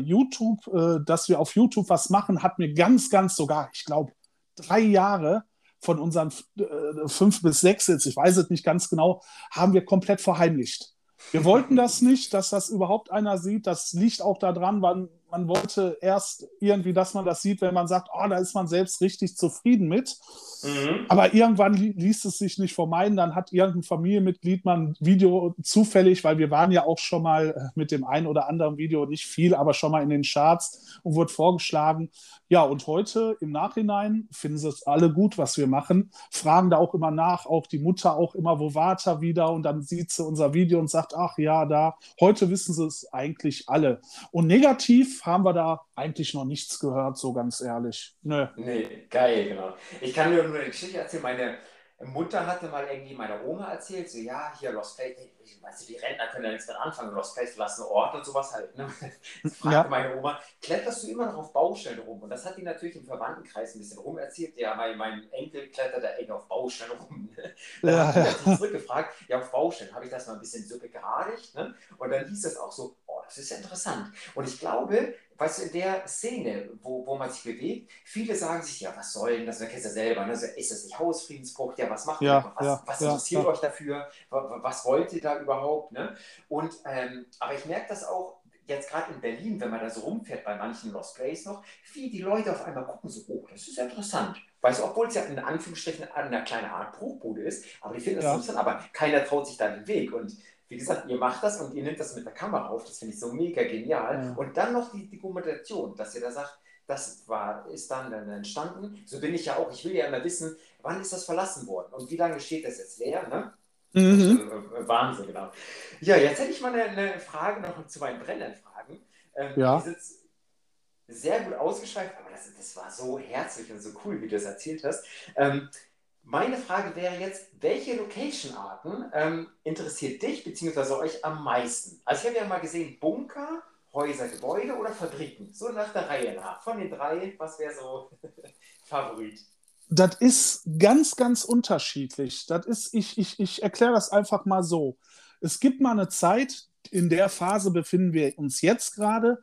dass wir auf YouTube was machen, hatten wir ganz sogar, ich glaube, 3 Jahre von unseren 5 bis 6 jetzt, ich weiß es nicht ganz genau, haben wir komplett verheimlicht. Wir wollten das nicht, dass das überhaupt einer sieht. Das liegt auch daran, man wollte erst irgendwie, dass man das sieht, wenn man sagt, oh, da ist man selbst richtig zufrieden mit. Mhm. Aber irgendwann ließ es sich nicht vermeiden. Dann hat irgendein Familienmitglied mal ein Video zufällig, weil wir waren ja auch schon mal mit dem einen oder anderen Video, nicht viel, aber schon mal in den Charts und wurde vorgeschlagen. Ja, und heute im Nachhinein finden sie es alle gut, was wir machen, fragen da auch immer nach, auch die Mutter auch immer, wo war er wieder? Und dann sieht sie unser Video und sagt, ach ja, da. Heute wissen sie es eigentlich alle. Und negativ haben wir da eigentlich noch nichts gehört, so ganz ehrlich. Nö. Nee, geil, genau. Ich kann nur eine Geschichte erzählen. Meine Mutter hatte mal irgendwie meiner Oma erzählt, so ja, hier Lost Place, ich weiß nicht, die Rentner können ja nichts mit anfangen, Lost Place, verlassene Ort und sowas halt. Ne? Jetzt fragte Ja, meine Oma, kletterst du immer noch auf Baustellen rum? Und das hat die natürlich im Verwandtenkreis ein bisschen rumerzählt. Ja, mein Enkel klettert da eng auf Baustellen rum. Ne? Dann ja, hat die ja. natürlich zurückgefragt, ja, auf Baustellen habe ich das mal ein bisschen so begradigt. Ne? Und dann hieß es auch so, oh, das ist ja interessant. Und ich glaube, weißt du, in der Szene, wo man sich bewegt, viele sagen sich, ja, was soll denn das? Du kennst ja selber, ne? So, ist das nicht Hausfriedensbruch? Ja, was macht ihr? Ja, Was, ja, was ja, interessiert ja, euch dafür? Was wollt ihr da überhaupt? Ne? Und, aber ich merke das auch jetzt gerade in Berlin, wenn man da so rumfährt bei manchen Lost Place noch, wie die Leute auf einmal gucken, so, oh, das ist ja interessant. Weißt du, obwohl es ja in Anführungsstrichen eine kleine Art Bruchbude ist, aber die finden das ja. interessant, aber keiner traut sich da den Weg. Und wie gesagt, ihr macht das und ihr nehmt das mit der Kamera auf, das finde ich so mega genial. Ja. Und dann noch die Dokumentation, dass ihr da sagt, ist dann entstanden. So bin ich ja auch. Ich will ja immer wissen, wann ist das verlassen worden und wie lange steht das jetzt leer, ne? Das ist Mhm. Wahnsinn, genau. Ja, jetzt hätte ich mal eine Frage noch zu meinen brennenden Fragen. Die Ja. sind sehr gut ausgeschweift, aber das war so herzlich und so cool, wie du das erzählt hast. Meine Frage wäre jetzt, welche Location-Arten interessiert dich bzw. euch am meisten? Also ich habe ja mal gesehen, Bunker, Häuser, Gebäude oder Fabriken. So nach der Reihe nach. Von den drei, was wäre so Favorit? Das ist ganz unterschiedlich. Ich erkläre das einfach mal so. Es gibt mal eine Zeit, in der Phase befinden wir uns jetzt gerade,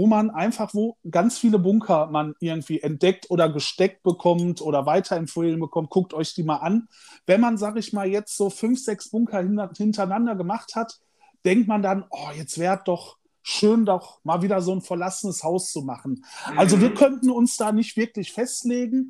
wo ganz viele Bunker man irgendwie entdeckt oder gesteckt bekommt oder weiterempfohlen bekommt. Guckt euch die mal an. Wenn man, sag ich mal, jetzt so 5, 6 Bunker hintereinander gemacht hat, denkt man dann, oh, jetzt wäre doch schön, doch mal wieder so ein verlassenes Haus zu machen. Also wir Mhm. könnten uns da nicht wirklich festlegen.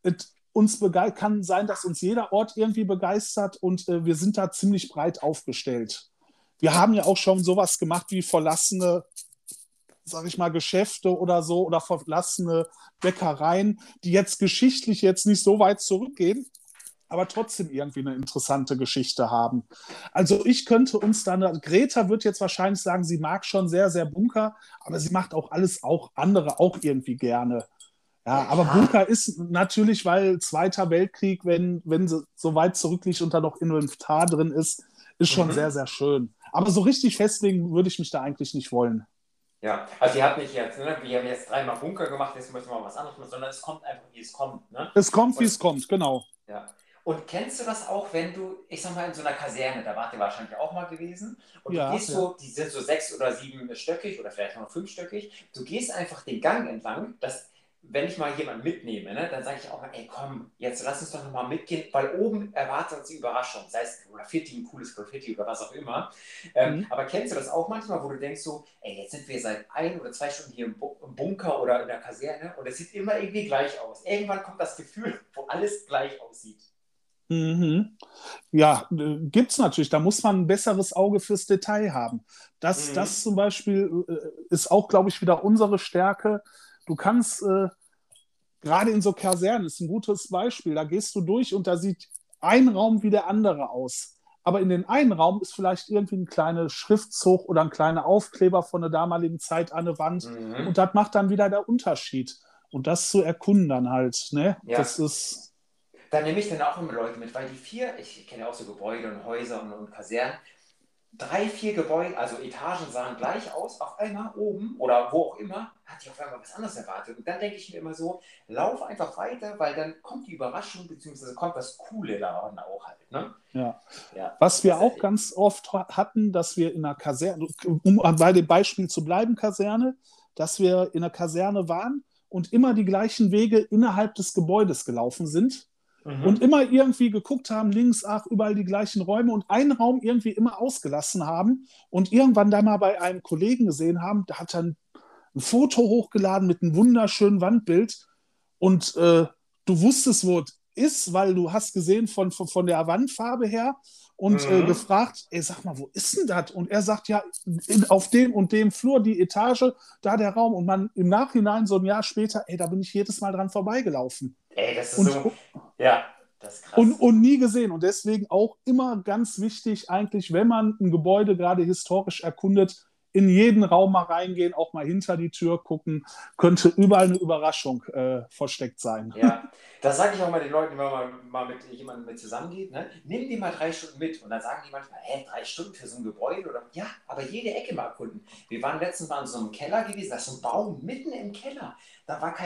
Kann sein, dass uns jeder Ort irgendwie begeistert und wir sind da ziemlich breit aufgestellt. Wir haben ja auch schon sowas gemacht wie sag ich mal, Geschäfte oder so oder verlassene Bäckereien, die jetzt geschichtlich jetzt nicht so weit zurückgehen, aber trotzdem irgendwie eine interessante Geschichte haben. Also ich könnte uns dann, Greta wird jetzt wahrscheinlich sagen, sie mag schon sehr, sehr Bunker, aber sie macht auch alles auch andere auch irgendwie gerne. Ja, Ja, aber klar. Bunker ist natürlich, weil Zweiter Weltkrieg, wenn sie so weit zurückliegt und da noch Inventar drin ist schon sehr, Mhm. sehr schön. Aber so richtig festlegen würde ich mich da eigentlich nicht wollen. Ja, also ihr habt nicht jetzt, ne, wir haben jetzt dreimal Bunker gemacht, jetzt müssen wir mal was anderes machen, sondern es kommt einfach, wie es kommt. Ne? Es kommt, wie Und es kommt, genau. ja. Und kennst du das auch, wenn du, ich sag mal, in so einer Kaserne, da wart ihr wahrscheinlich auch mal gewesen, und du Ja, gehst ja. so, die sind so 6- oder 7-stöckig oder vielleicht noch 5-stöckig, du gehst einfach den Gang entlang, wenn ich mal jemanden mitnehme, ne, dann sage ich auch mal, ey komm, jetzt lass uns doch nochmal mitgehen, weil oben erwartet uns die Überraschung, sei es Graffiti, ein cooles Graffiti oder was auch immer. Mhm. Aber kennst du das auch manchmal, wo du denkst so, ey, jetzt sind wir seit 1 oder 2 Stunden hier im Bunker oder in der Kaserne und es sieht immer irgendwie gleich aus. Irgendwann kommt das Gefühl, wo alles gleich aussieht. Mhm. Ja, gibt es natürlich. Da muss man ein besseres Auge fürs Detail haben. Das Mhm. zum Beispiel ist auch, glaube ich, wieder unsere Stärke. Du kannst gerade in so Kasernen, ist ein gutes Beispiel, da gehst du durch und da sieht ein Raum wie der andere aus. Aber in den einen Raum ist vielleicht irgendwie ein kleiner Schriftzug oder ein kleiner Aufkleber von der damaligen Zeit an der Wand. Und Mhm. das macht dann wieder der Unterschied. Und das zu erkunden dann halt, ne? Ja, Das ist, da nehme ich dann auch immer Leute mit, weil ich kenne ja auch so Gebäude und Häuser und Kasernen, 3, 4 Gebäude, also Etagen sahen gleich aus, auf einmal oben oder wo auch immer, hatte ich auf einmal was anderes erwartet. Und dann denke ich mir immer so, lauf einfach weiter, weil dann kommt die Überraschung, beziehungsweise kommt das Coole daran auch halt. Ne? ja. Ja, Was wir das, auch ganz oft hatten, dass wir in einer Kaserne, um bei dem Beispiel zu bleiben, Kaserne, dass wir in einer Kaserne waren und immer die gleichen Wege innerhalb des Gebäudes gelaufen sind und mhm. immer irgendwie geguckt haben, links, ach, überall die gleichen Räume und einen Raum irgendwie immer ausgelassen haben und irgendwann da mal bei einem Kollegen gesehen haben, da hat er ein Foto hochgeladen mit einem wunderschönen Wandbild und du wusstest, wo es ist, weil du hast gesehen von der Wandfarbe her und Mhm. gefragt, ey, sag mal, wo ist denn das? Und er sagt, ja, auf dem und dem Flur, die Etage, da der Raum. Und man im Nachhinein, so ein Jahr später, ey, da bin ich jedes Mal dran vorbeigelaufen. Ey, das ist Und, so, ja, das ist krass. und nie gesehen. Und deswegen auch immer ganz wichtig, eigentlich, wenn man ein Gebäude gerade historisch erkundet, in jeden Raum mal reingehen, auch mal hinter die Tür gucken, könnte überall eine Überraschung versteckt sein. Ja, das sage ich auch mal den Leuten, wenn man mal mit jemandem mit zusammengeht, ne? Nimm die mal 3 Stunden mit. Und dann sagen die manchmal, hä, 3 Stunden für so ein Gebäude? Oder ja, aber jede Ecke mal erkunden. Wir waren letztens mal in so einem Keller gewesen, da ist so ein Baum mitten im Keller. Da war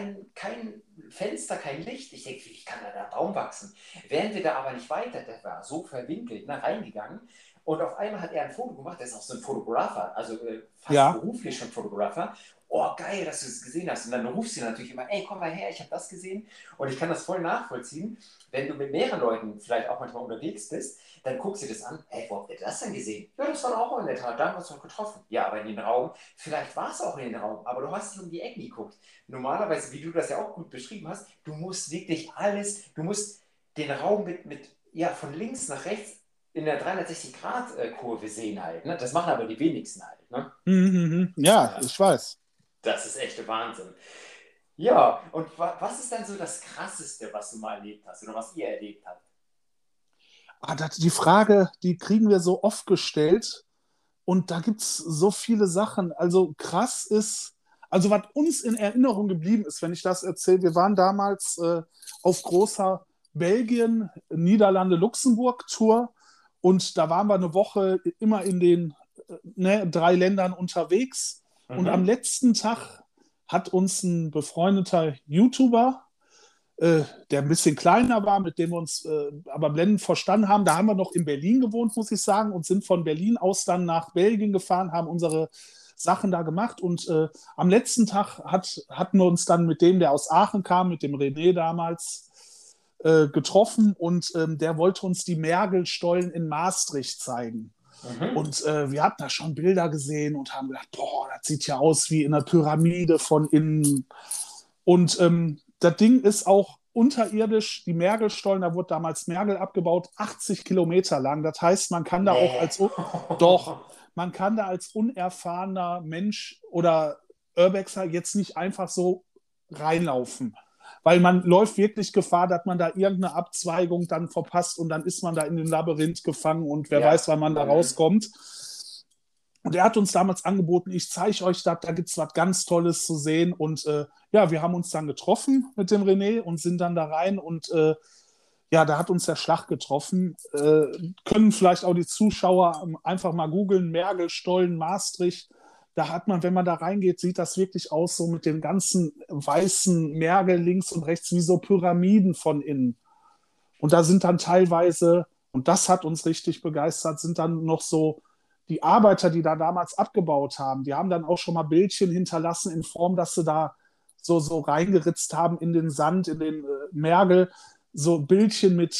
kein Fenster, kein Licht. Ich denke, wie kann da der Baum wachsen? Wären wir da aber nicht weiter, der war so verwinkelt, ne, reingegangen. Und auf einmal hat er ein Foto gemacht, der ist auch so ein Fotografer, also fast Ja, beruflich schon Fotografer. Oh, geil, dass du es gesehen hast. Und dann rufst du natürlich immer, ey, komm mal her, ich habe das gesehen. Und ich kann das voll nachvollziehen. Wenn du mit mehreren Leuten vielleicht auch manchmal unterwegs bist, dann guckst du dir das an, ey, wo habt ihr das denn gesehen? Ja, das war doch auch in der Tat, da haben wir uns doch getroffen. Ja, aber in den Raum, vielleicht war es auch in den Raum, aber du hast nicht um die Ecken geguckt. Normalerweise, wie du das ja auch gut beschrieben hast, du musst wirklich alles, du musst den Raum ja, von links nach rechts in der 360-Grad-Kurve sehen halt. Ne? Das machen aber die wenigsten halt. Ne? ja, Ja. ich weiß. Das ist echt der Wahnsinn. Ja, und was ist dann so das Krasseste, was du mal erlebt hast oder was ihr erlebt habt? Die Frage, die kriegen wir so oft gestellt und da gibt es so viele Sachen. Also krass ist, also was uns in Erinnerung geblieben ist, wenn ich das erzähle, wir waren damals auf großer Belgien, Niederlande, Luxemburg-Tour und da waren wir eine Woche immer in den 3 Ländern unterwegs und am Mhm. letzten Tag hat uns ein befreundeter YouTuber der ein bisschen kleiner war, mit dem wir uns aber blendend verstanden haben. Da haben wir noch in Berlin gewohnt, muss ich sagen, und sind von Berlin aus dann nach Belgien gefahren, haben unsere Sachen da gemacht. Und am letzten Tag hatten wir uns dann mit dem, der aus Aachen kam, mit dem René damals, getroffen und der wollte uns die Mergelstollen in Maastricht zeigen. Mhm. Und wir hatten da schon Bilder gesehen und haben gedacht, boah, das sieht ja aus wie in einer Pyramide von innen. Und das Ding ist auch unterirdisch, die Mergelstollen, da wurde damals Mergel abgebaut, 80 Kilometer lang. Das heißt, man kann da auch Nee. doch, man kann da als unerfahrener Mensch oder Urbexer jetzt nicht einfach so reinlaufen. Weil man läuft wirklich Gefahr, dass man da irgendeine Abzweigung dann verpasst und dann ist man da in den Labyrinth gefangen und wer weiß, wann man da rauskommt. Und er hat uns damals angeboten, ich zeige euch das, da gibt es was ganz Tolles zu sehen. Und wir haben uns dann getroffen mit dem René und sind dann da rein und da hat uns der Schlag getroffen. Können vielleicht auch die Zuschauer einfach mal googeln, Mergelstollen, Maastricht. Da hat man, wenn man da reingeht, sieht das wirklich aus, so mit den ganzen weißen Mergel links und rechts, wie so Pyramiden von innen. Und da sind dann teilweise, und das hat uns richtig begeistert, sind dann noch so die Arbeiter, die da damals abgebaut haben, die haben dann auch schon mal Bildchen hinterlassen in Form, dass sie da so reingeritzt haben in den Sand, in den Mergel, so Bildchen mit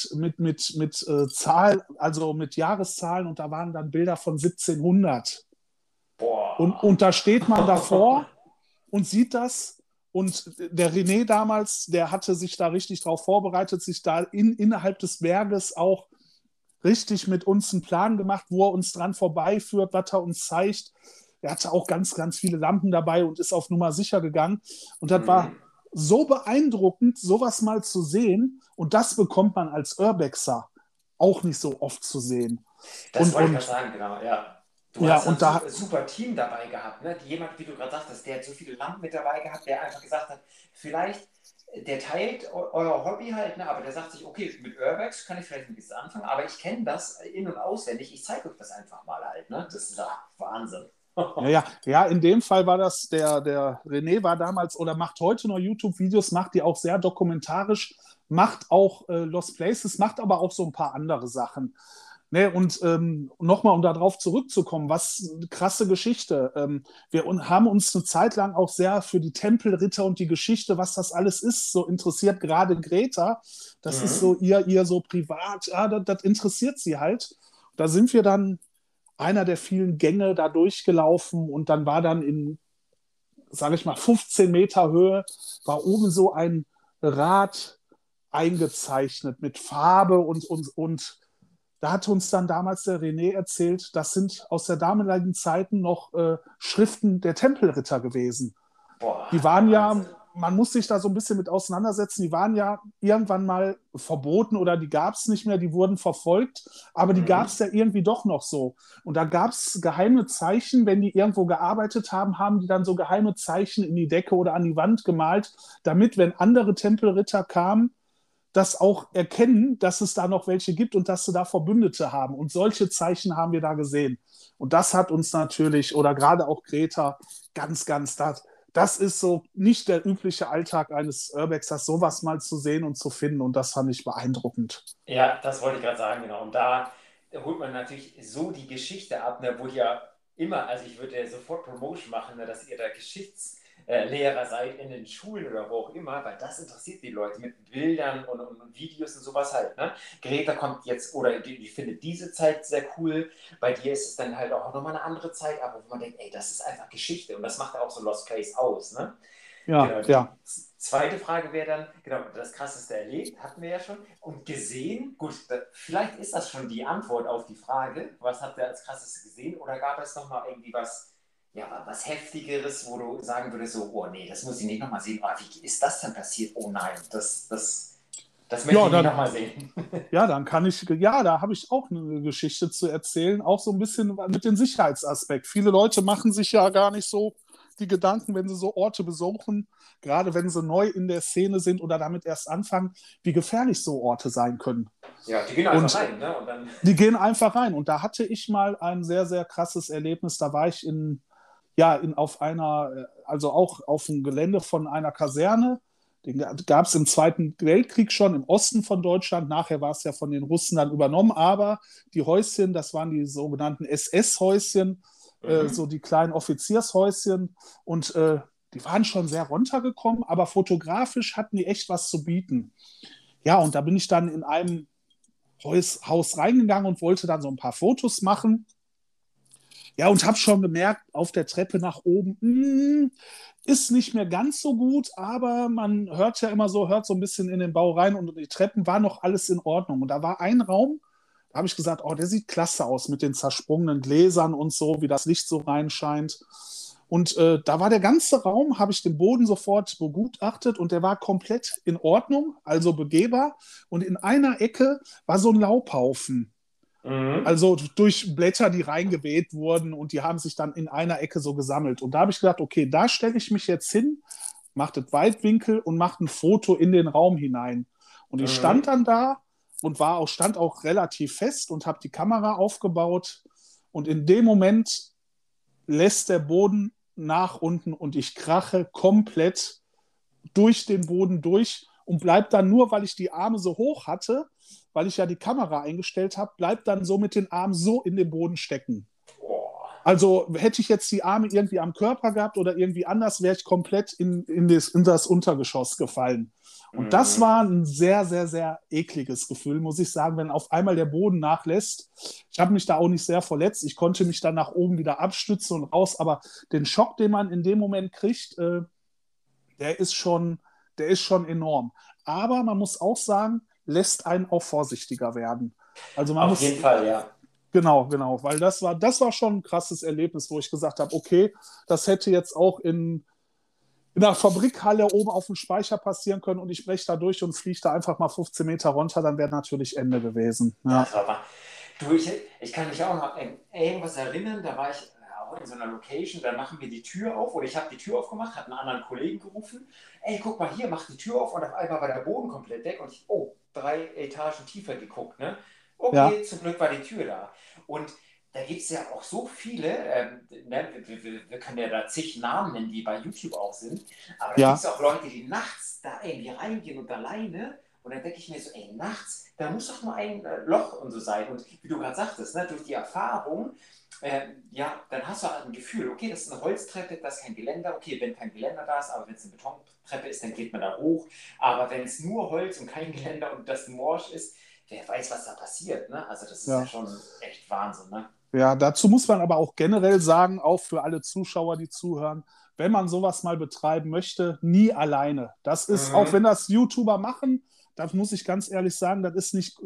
Zahlen, also mit Jahreszahlen und da waren dann Bilder von 1700. Boah. Und da steht man davor und sieht das und der René damals, der hatte sich da richtig drauf vorbereitet, sich da innerhalb des Berges auch richtig mit uns einen Plan gemacht, wo er uns dran vorbeiführt, was er uns zeigt. Er hatte auch ganz, ganz viele Lampen dabei und ist auf Nummer sicher gegangen. Und das war so beeindruckend, sowas mal zu sehen. Und das bekommt man als Urbexer auch nicht so oft zu sehen. Das wollte ich gerade sagen, genau, ja. Du hast und ein super Team dabei gehabt, ne? Jemand, wie du gerade sagtest, der hat so viele Lampen mit dabei gehabt, der einfach gesagt hat, vielleicht der teilt euer Hobby halt, ne? Aber der sagt sich, okay, mit Urbex kann ich vielleicht ein bisschen anfangen, aber ich kenne das in- und auswendig, ich zeige euch das einfach mal halt, ne? Das ist Wahnsinn. Ja, in dem Fall war das, der René war damals oder macht heute noch YouTube-Videos, macht die auch sehr dokumentarisch, macht auch Lost Places, macht aber auch so ein paar andere Sachen. Ne, und nochmal, um darauf zurückzukommen, was eine krasse Geschichte. Wir haben uns eine Zeit lang auch sehr für die Tempelritter und die Geschichte, was das alles ist, so interessiert. Gerade Greta, das ist so ihr so privat, ja, das interessiert sie halt. Da sind wir dann einer der vielen Gänge da durchgelaufen und dann war dann in, sage ich mal, 15 Meter Höhe, war oben so ein Rad eingezeichnet mit Farbe und da hat uns dann damals der René erzählt, das sind aus der damaligen Zeiten noch Schriften der Tempelritter gewesen. Boah, die waren ja, man muss sich da so ein bisschen mit auseinandersetzen, die waren ja irgendwann mal verboten oder die gab es nicht mehr, die wurden verfolgt, aber die gab es ja irgendwie doch noch so. Und da gab es geheime Zeichen, wenn die irgendwo gearbeitet haben, haben die dann so geheime Zeichen in die Decke oder an die Wand gemalt, damit, wenn andere Tempelritter kamen, das auch erkennen, dass es da noch welche gibt und dass sie da Verbündete haben. Und solche Zeichen haben wir da gesehen. Und das hat uns natürlich, oder gerade auch Greta, ganz, ganz, das ist so nicht der übliche Alltag eines Urbexers, sowas mal zu sehen und zu finden. Und das fand ich beeindruckend. Ja, das wollte ich gerade sagen, genau. Und da holt man natürlich so die Geschichte ab, ne, wo ja immer, also ich würde ja sofort Promotion machen, ne, dass ihr da Geschichtslehrer seid in den Schulen oder wo auch immer, weil das interessiert die Leute mit Bildern und Videos und sowas halt. Ne? Greta kommt jetzt, oder die findet diese Zeit sehr cool. Bei dir ist es dann halt auch nochmal eine andere Zeit, aber wo man denkt, ey, das ist einfach Geschichte und das macht ja auch so Lost Place aus. Ne? Ja, Genau, ja. Zweite Frage wäre dann, genau, das Krasseste erlebt, hatten wir ja schon. Und gesehen, gut, vielleicht ist das schon die Antwort auf die Frage, was habt ihr als Krasseste gesehen? Oder gab es nochmal irgendwie was Heftigeres, wo du sagen würdest, so, oh nee, das muss ich nicht nochmal sehen. Oh, wie ist das denn passiert? Oh nein, das möchte ich nicht nochmal sehen. Ja, da habe ich auch eine Geschichte zu erzählen, auch so ein bisschen mit dem Sicherheitsaspekt. Viele Leute machen sich ja gar nicht so die Gedanken, wenn sie so Orte besuchen, gerade wenn sie neu in der Szene sind oder damit erst anfangen, wie gefährlich so Orte sein können. Ja, die gehen einfach rein, ne? Und dann... Die gehen einfach rein. Und da hatte ich mal ein sehr, sehr krasses Erlebnis. Da war ich auf einer, also auch auf dem Gelände von einer Kaserne. Den gab es im Zweiten Weltkrieg schon im Osten von Deutschland. Nachher war es ja von den Russen dann übernommen. Aber die Häuschen, das waren die sogenannten SS-Häuschen, so die kleinen Offiziershäuschen. Und die waren schon sehr runtergekommen, aber fotografisch hatten die echt was zu bieten. Ja, und da bin ich dann in einem Haus reingegangen und wollte dann so ein paar Fotos machen. Ja, und habe schon gemerkt, auf der Treppe nach oben, ist nicht mehr ganz so gut, aber man hört so ein bisschen in den Bau rein und die Treppen war noch alles in Ordnung. Und da war ein Raum, Da habe ich gesagt, oh, der sieht klasse aus mit den zersprungenen Gläsern und so, wie das Licht so reinscheint. Und da war der ganze Raum, habe ich den Boden sofort begutachtet und der war komplett in Ordnung, also begehbar. Und in einer Ecke war so ein Laubhaufen. Mhm. Also durch Blätter, die reingeweht wurden und die haben sich dann in einer Ecke so gesammelt. Und da habe ich gedacht, okay, da stelle ich mich jetzt hin, mache das Weitwinkel und mache ein Foto in den Raum hinein. Und ich stand Mhm. dann da und stand auch relativ fest und habe die Kamera aufgebaut. Und in dem Moment lässt der Boden nach unten und ich krache komplett durch den Boden durch und bleibt dann nur, weil ich die Arme so hoch hatte, weil ich ja die Kamera eingestellt habe, bleibt dann so mit den Armen so in den Boden stecken. Oh. Also hätte ich jetzt die Arme irgendwie am Körper gehabt oder irgendwie anders, wäre ich komplett in das Untergeschoss gefallen. Und das Mhm. war ein sehr, sehr, sehr ekliges Gefühl, muss ich sagen, wenn auf einmal der Boden nachlässt. Ich habe mich da auch nicht sehr verletzt. Ich konnte mich dann nach oben wieder abstützen und raus. Aber den Schock, den man in dem Moment kriegt, der ist schon, der ist schon enorm. Aber man muss auch sagen, lässt einen auch vorsichtiger werden. Also man Auf jeden muss, Fall, ja. genau, weil das war schon ein krasses Erlebnis, wo ich gesagt habe, okay, das hätte jetzt auch in der Fabrikhalle oben auf dem Speicher passieren können und ich breche da durch und fliege da einfach mal 15 Meter runter, dann wäre natürlich Ende gewesen. Ja, Das war wahr. Du, ich kann mich auch noch an irgendwas erinnern, da war ich auch in so einer Location, dann machen wir die Tür auf oder ich habe die Tür aufgemacht, habe einen anderen Kollegen gerufen, ey, guck mal hier, mach die Tür auf und auf einmal war der Boden komplett weg und ich, oh, 3 Etagen tiefer geguckt, ne? ja, Okay, zum Glück war die Tür da. Und da gibt es ja auch so viele, ne, wir können ja da zig Namen nennen, die bei YouTube auch sind, aber da gibt ja, es auch Leute, die nachts da irgendwie reingehen und alleine und dann denke ich mir so, ey, nachts, da muss doch nur ein Loch und so sein. Und wie du gerade sagtest, ne, durch die Erfahrung, ja, dann hast du halt ein Gefühl, okay, das ist eine Holztreppe, das ist kein Geländer. Okay, wenn kein Geländer da ist, aber wenn es eine Betontreppe ist, dann geht man da hoch. Aber wenn es nur Holz und kein Geländer und das morsch ist, wer weiß, was da passiert. Ne? Also das ist ja ja. schon echt Wahnsinn. Ne? Ja, dazu muss man aber auch generell sagen, auch für alle Zuschauer, die zuhören, wenn man sowas mal betreiben möchte, nie alleine. Das ist, auch Mhm. wenn das YouTuber machen, da muss ich ganz ehrlich sagen, das ist nicht,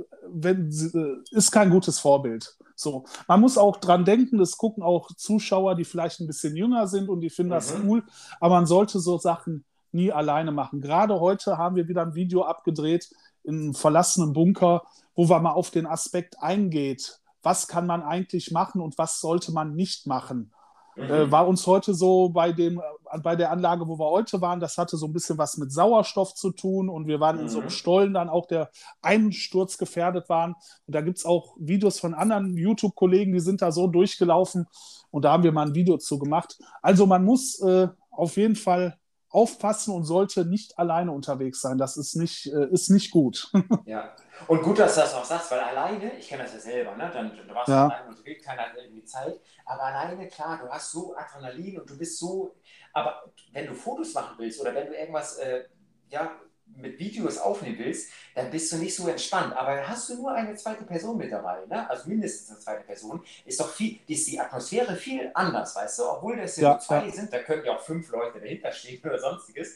ist kein gutes Vorbild. So, man muss auch dran denken, das gucken auch Zuschauer, die vielleicht ein bisschen jünger sind und die finden das Mhm. cool, aber man sollte so Sachen nie alleine machen. Gerade heute haben wir wieder ein Video abgedreht in einem verlassenen Bunker, wo wir mal auf den Aspekt eingeht. Was kann man eigentlich machen und was sollte man nicht machen? Mhm. War uns heute so bei der Anlage, wo wir heute waren, das hatte so ein bisschen was mit Sauerstoff zu tun und wir waren in so einem Mhm. Stollen dann auch, der einsturzgefährdet waren. Und da gibt es auch Videos von anderen YouTube-Kollegen, die sind da so durchgelaufen und da haben wir mal ein Video zu gemacht. Also man muss auf jeden Fall aufpassen und sollte nicht alleine unterwegs sein. Das ist nicht gut. Ja. Und gut, dass du das auch sagst, weil alleine, ich kenne das ja selber, ne? Dann warst du Ja, alleine unterwegs, keiner hat irgendwie Zeit. Aber alleine, klar, du hast so Adrenalin und du bist so. Aber wenn du Fotos machen willst oder wenn du irgendwas ja, mit Videos aufnehmen willst, dann bist du nicht so entspannt. Aber hast du nur eine zweite Person mit dabei, ne? Also mindestens eine zweite Person, ist doch ist die Atmosphäre viel anders, weißt du? Obwohl das ja nur ja, ja, zwei sind, da können ja auch 5 Leute dahinter stehen oder sonstiges.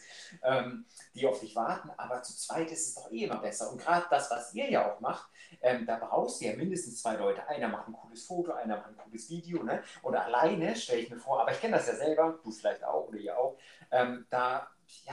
Die auf dich warten, aber zu zweit ist es doch eh immer besser. Und gerade das, was ihr ja auch macht, da brauchst du ja mindestens 2 Leute. Einer macht ein cooles Foto, einer macht ein cooles Video, ne? Oder alleine, stelle ich mir vor, aber ich kenne das ja selber, du vielleicht auch oder ihr auch, da, ja,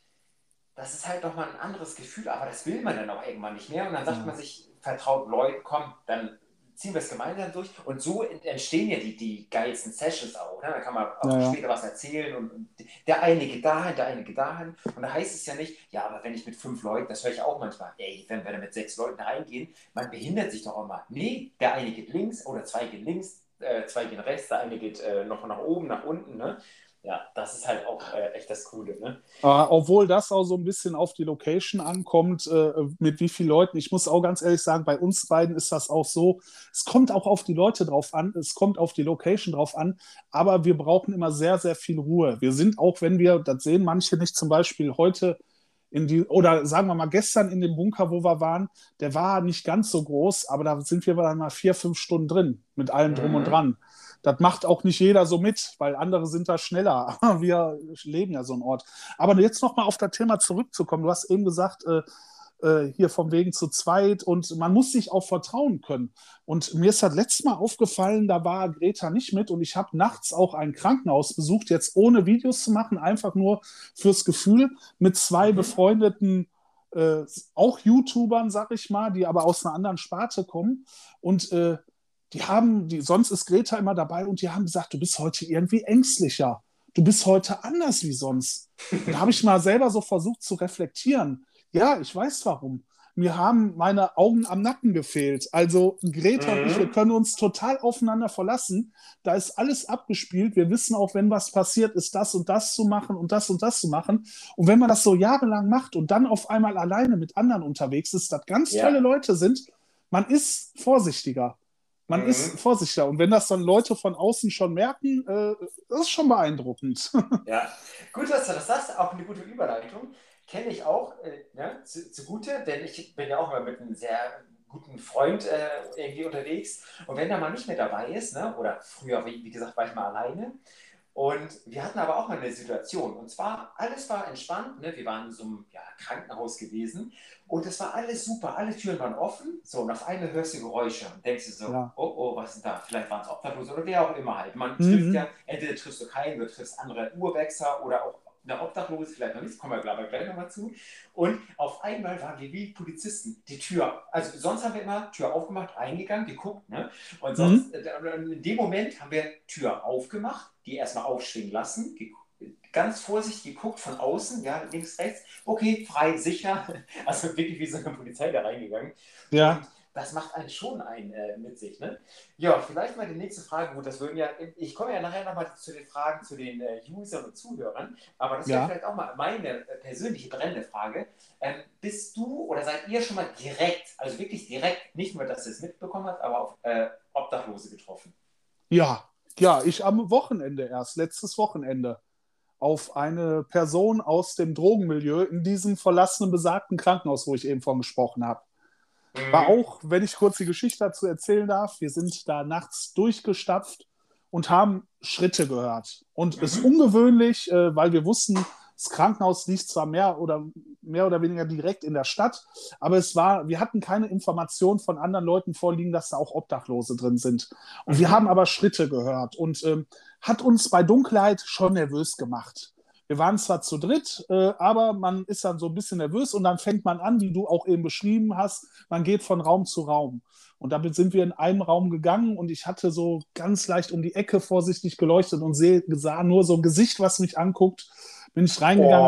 das ist halt doch mal ein anderes Gefühl, aber das will man dann auch irgendwann nicht mehr. Und dann sagt man ja, sich, vertraut Leuten, komm, dann ziehen wir es gemeinsam durch. Und so entstehen ja die geilsten Sessions auch. Ne? Da kann man ja, auch ja. später was erzählen und der eine geht dahin, der eine geht dahin. Und da heißt es ja nicht, ja, aber wenn ich mit 5 Leuten, das höre ich auch manchmal, ey, wenn wir da mit 6 Leuten reingehen, man behindert sich doch auch mal. Nee, der eine geht links oder 2 gehen links, 2 gehen rechts, der eine geht noch nach oben, nach unten. Ne? Ja, das ist halt auch echt das Coole. Ne? Obwohl das auch so ein bisschen auf die Location ankommt, mit wie vielen Leuten. Ich muss auch ganz ehrlich sagen, bei uns beiden ist das auch so. Es kommt auch auf die Leute drauf an, es kommt auf die Location drauf an, aber wir brauchen immer sehr, sehr viel Ruhe. Wir sind auch, wenn wir, das sehen manche nicht, zum Beispiel heute oder sagen wir mal gestern in dem Bunker, wo wir waren, der war nicht ganz so groß, aber da sind wir dann mal 4, 5 Stunden drin, mit allem drum und Mhm. dran. Das macht auch nicht jeder so mit, weil andere sind da schneller. Wir leben ja so einen Ort. Aber jetzt nochmal auf das Thema zurückzukommen. Du hast eben gesagt, hier vom Wegen zu zweit und man muss sich auch vertrauen können. Und mir ist das letzte Mal aufgefallen, da war Greta nicht mit und ich habe nachts auch ein Krankenhaus besucht, jetzt ohne Videos zu machen, einfach nur fürs Gefühl, mit zwei befreundeten, auch YouTubern, sag ich mal, die aber aus einer anderen Sparte kommen und sonst ist Greta immer dabei und die haben gesagt, du bist heute irgendwie ängstlicher. Du bist heute anders wie sonst. Und da habe ich mal selber so versucht zu reflektieren. Ja, ich weiß warum. Mir haben meine Augen am Nacken gefehlt. Also Greta und ich, wir können uns total aufeinander verlassen. Da ist alles abgespielt. Wir wissen auch, wenn was passiert, ist das und das zu machen und das zu machen. Und wenn man das so jahrelang macht und dann auf einmal alleine mit anderen unterwegs ist, dass ganz tolle Leute sind, man ist vorsichtiger. Man ist vorsichtiger. Und wenn das dann Leute von außen schon merken, das ist schon beeindruckend. Ja, gut, dass du das sagst, auch eine gute Überleitung. Kenne ich auch zugute, denn ich bin ja auch immer mit einem sehr guten Freund irgendwie unterwegs. Und wenn der mal nicht mehr dabei ist, ne, oder früher, wie gesagt, war ich mal alleine. Und wir hatten aber auch mal eine Situation. Und zwar, alles war entspannt. Ne? Wir waren in so einem Krankenhaus gewesen. Und es war alles super. Alle Türen waren offen. So, und auf einmal hörst du Geräusche. Und denkst du so, oh, was ist denn da? Vielleicht waren es Obdachlose oder wer auch immer halt. Man trifft ja, entweder triffst du keinen, du triffst andere Urwechsler oder auch eine Obdachlose, vielleicht noch nicht. Kommen wir aber gleich nochmal zu. Und auf einmal waren wir wie Polizisten. Die Tür, also sonst haben wir immer Tür aufgemacht, reingegangen, geguckt. Ne? Und sonst, in dem Moment haben wir Tür aufgemacht, die erstmal aufschwingen lassen, ganz vorsichtig geguckt von außen, ja, links, rechts, okay, frei, sicher, also wirklich wie so eine Polizei da reingegangen. Ja. Und das macht einen schon mit sich, ne? Ja, vielleicht mal die nächste Frage, gut, ich komme ja nachher nochmal zu den Fragen zu den Usern und Zuhörern, aber das wäre vielleicht auch mal meine persönliche brennende Frage. Bist du oder seid ihr schon mal direkt, also wirklich direkt, nicht nur, dass ihr es mitbekommen habt, aber auf Obdachlose getroffen? Ja, ich am Wochenende erst, letztes Wochenende, auf eine Person aus dem Drogenmilieu in diesem verlassenen, besagten Krankenhaus, wo ich eben von gesprochen habe. War auch, wenn ich kurz die Geschichte dazu erzählen darf, wir sind da nachts durchgestapft und haben Schritte gehört. Und es ist ungewöhnlich, weil wir wussten, das Krankenhaus liegt zwar mehr oder weniger direkt in der Stadt, aber wir hatten keine Information von anderen Leuten vorliegen, dass da auch Obdachlose drin sind. Und wir haben aber Schritte gehört und hat uns bei Dunkelheit schon nervös gemacht. Wir waren zwar zu dritt, aber man ist dann so ein bisschen nervös und dann fängt man an, wie du auch eben beschrieben hast, man geht von Raum zu Raum. Und damit sind wir in einen Raum gegangen und ich hatte so ganz leicht um die Ecke vorsichtig geleuchtet und sah nur so ein Gesicht, was mich anguckt. Bin ich reingegangen.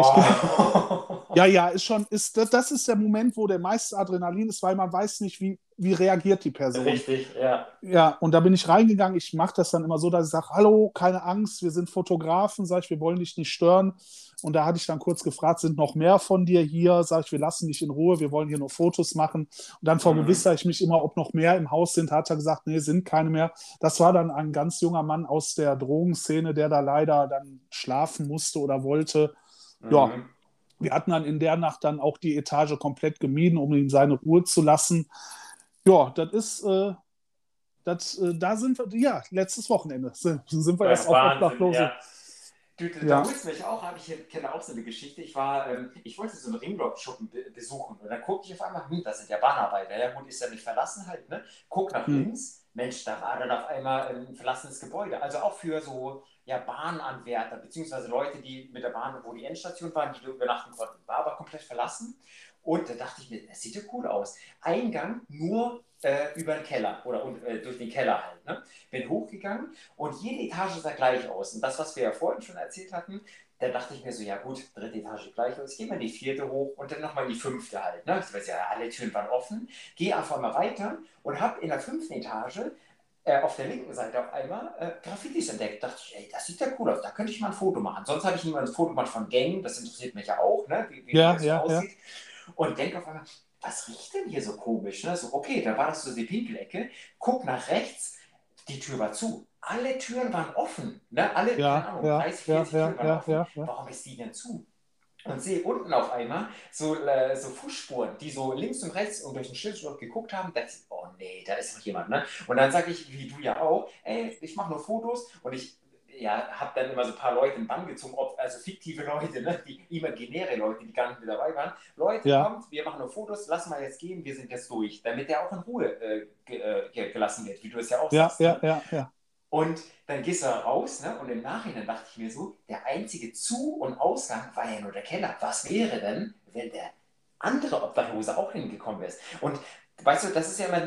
Das ist der Moment, wo der meiste Adrenalin ist, weil man weiß nicht, wie reagiert die Person. Richtig, ja. Ja, und da bin ich reingegangen. Ich mache das dann immer so, dass ich sage, hallo, keine Angst, wir sind Fotografen, sage ich, wir wollen dich nicht stören. Und da hatte ich dann kurz gefragt, sind noch mehr von dir hier? Sage ich, wir lassen dich in Ruhe, wir wollen hier nur Fotos machen. Und dann vergewissere ich mich immer, ob noch mehr im Haus sind. Hat er gesagt, nee, sind keine mehr. Das war dann ein ganz junger Mann aus der Drogenszene, der da leider dann schlafen musste oder wollte. Ja, wir hatten dann in der Nacht dann auch die Etage komplett gemieden, um ihm seine Ruhe zu lassen. Ja, das ist, da sind wir, letztes Wochenende sind wir erst auf Obdachlose. Ja. Da holst du mich auch, ich kenne auch so eine Geschichte. Ich wollte so einen Ringrock-Schuppen besuchen und dann gucke ich auf einmal, das sind ja Bahnarbeiter. Ja gut, ist ja nicht verlassen halt, ne? Guck nach links, Mensch, da war dann auf einmal ein verlassenes Gebäude. Also auch für so Bahnanwärter, beziehungsweise Leute, die mit der Bahn, wo die Endstation waren, die übernachten konnten. War aber komplett verlassen. Und da dachte ich mir, das sieht ja cool aus. Eingang nur über den Keller oder durch den Keller halt. Ne? Bin hochgegangen und jede Etage sah gleich aus. Und das, was wir ja vorhin schon erzählt hatten, da dachte ich mir so, ja gut, dritte Etage gleich aus, geh mal die vierte hoch und dann nochmal die fünfte halt. Ne? Ich weiß ja, alle Türen waren offen. Geh einfach mal weiter und habe in der fünften Etage auf der linken Seite auf einmal Graffitis entdeckt. Dachte ich, ey, das sieht ja cool aus, da könnte ich mal ein Foto machen. Sonst habe ich niemand ein Foto gemacht von Gängen, das interessiert mich ja auch, ne? wie das so aussieht. Und denke auf einmal, was riecht denn hier so komisch? Ne? So, okay, da war das so die Pinkelecke. Guck nach rechts, die Tür war zu. Alle Türen waren offen. Ne? Alle, keine Ahnung, 30, 40 Türen waren offen. Warum ist die denn zu? Und sehe unten auf einmal so Fußspuren, die so links und rechts und durch den Schildschutz geguckt haben. Oh nee, da ist noch jemand. Ne? Und dann sage ich, wie du ja auch, ey, ich mache nur Fotos und ich ja, habe dann immer so ein paar Leute in den Bann gezogen, also fiktive Leute, ne, die imaginäre Leute, die gar nicht mit dabei waren. Leute, Ja, kommt, wir machen nur Fotos, lass mal jetzt gehen, wir sind jetzt durch, damit der auch in Ruhe gelassen wird, wie du es ja auch ja, sagst. ja, Ne? ja, ja. Und dann gehst du da raus, ne? Und im Nachhinein dachte ich mir so, der einzige Zu- und Ausgang war ja nur der Keller. Was wäre denn, wenn der andere Obdachlose auch hingekommen ist? Und weißt du, das ist ja immer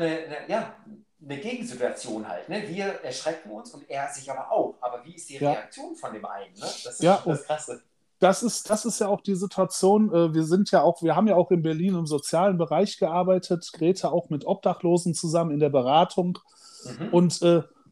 eine Gegensituation halt. Ne? Wir erschrecken uns und er sich aber auch. Aber wie ist die Ja, Reaktion von dem einen? Ne? Das ist ja, schon und das Krasse. das ist ja auch die Situation. Wir haben ja auch in Berlin im sozialen Bereich gearbeitet, Greta auch mit Obdachlosen zusammen in der Beratung. Mhm. Und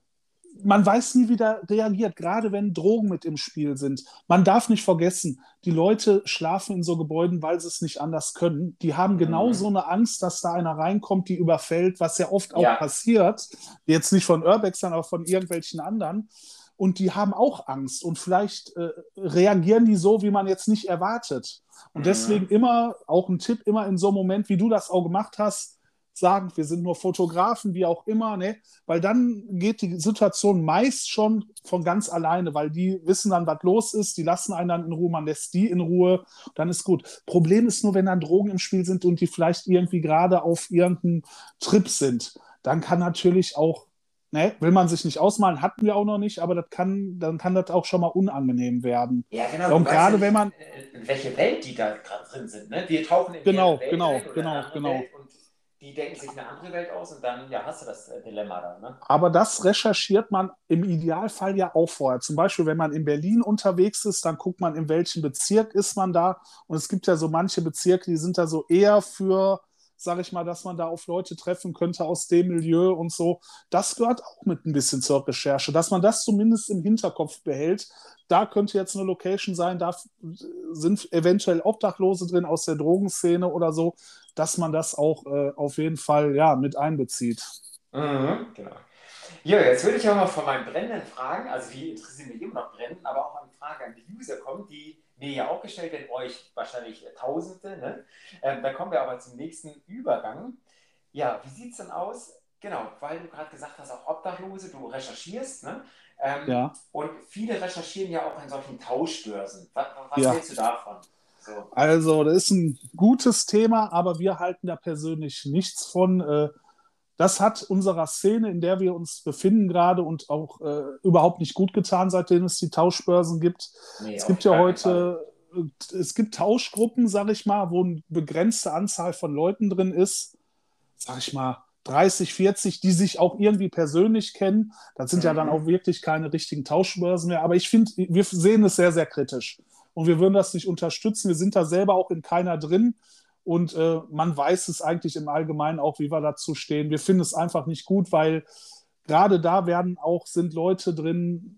man weiß nie, wie der reagiert, gerade wenn Drogen mit im Spiel sind. Man darf nicht vergessen, die Leute schlafen in so Gebäuden, weil sie es nicht anders können. Die haben genauso Mhm. eine Angst, dass da einer reinkommt, die überfällt, was ja oft auch Ja. passiert. Jetzt nicht von Urbex, sondern auch von irgendwelchen anderen. Und die haben auch Angst. Und vielleicht reagieren die so, wie man jetzt nicht erwartet. Und deswegen Mhm. immer, auch ein Tipp, immer in so einem Moment, wie du das auch gemacht hast, sagen, wir sind nur Fotografen, wie auch immer, ne? Weil dann geht die Situation meist schon von ganz alleine, weil die wissen dann, was los ist, die lassen einen dann in Ruhe, man lässt die in Ruhe, dann ist gut. Problem ist nur, wenn dann Drogen im Spiel sind und die vielleicht irgendwie gerade auf irgendeinem Trip sind, dann kann natürlich auch, ne, will man sich nicht ausmalen, hatten wir auch noch nicht, aber dann kann das auch schon mal unangenehm werden. Ja, genau, Ja, du und weißt ja gerade wenn nicht, man, in welche Welt die da gerade drin sind. Ne? Wir tauchen in deren genau, Welt genau, ein oder in eine genau, andere genau. Welt und die denken sich eine andere Welt aus und dann ja, hast du das Dilemma da. Ne? Aber das recherchiert man im Idealfall ja auch vorher. Zum Beispiel, wenn man in Berlin unterwegs ist, dann guckt man, in welchem Bezirk ist man da. Und es gibt ja so manche Bezirke, die sind da so eher für, sage ich mal, dass man da auf Leute treffen könnte aus dem Milieu und so. Das gehört auch mit ein bisschen zur Recherche, dass man das zumindest im Hinterkopf behält. Da könnte jetzt eine Location sein, da sind eventuell Obdachlose drin aus der Drogenszene oder so, dass man das auch auf jeden Fall ja, mit einbezieht. Mhm, genau. Ja, jetzt würde ich aber mal von meinen Brennenden Fragen, also die interessieren mich immer noch brennend, aber auch an Fragen an die User kommen, die mir ja auch gestellt werden, euch wahrscheinlich Tausende. Ne? Da kommen wir aber zum nächsten Übergang. Ja, wie sieht es denn aus? Genau, weil du gerade gesagt hast, auch Obdachlose, du recherchierst, ne? Ja, Und viele recherchieren ja auch in solchen Tauschbörsen. Was ja. hältst du davon? So. Also, das ist ein gutes Thema, aber wir halten da persönlich nichts von. Das hat unserer Szene, in der wir uns befinden gerade und auch überhaupt nicht gut getan, seitdem es die Tauschbörsen gibt. Nee, Es gibt auf ja gar keinen Fall. heute, es gibt Tauschgruppen, sag ich mal, wo eine begrenzte Anzahl von Leuten drin ist, sag ich mal, 30, 40, die sich auch irgendwie persönlich kennen. Das sind ja dann auch Mhm. wirklich keine richtigen Tauschbörsen mehr. Aber ich finde, wir sehen es sehr, sehr kritisch. Und wir würden das nicht unterstützen. Wir sind da selber auch in keiner drin. Und man weiß es eigentlich im Allgemeinen auch, wie wir dazu stehen. Wir finden es einfach nicht gut, weil gerade da sind Leute drin,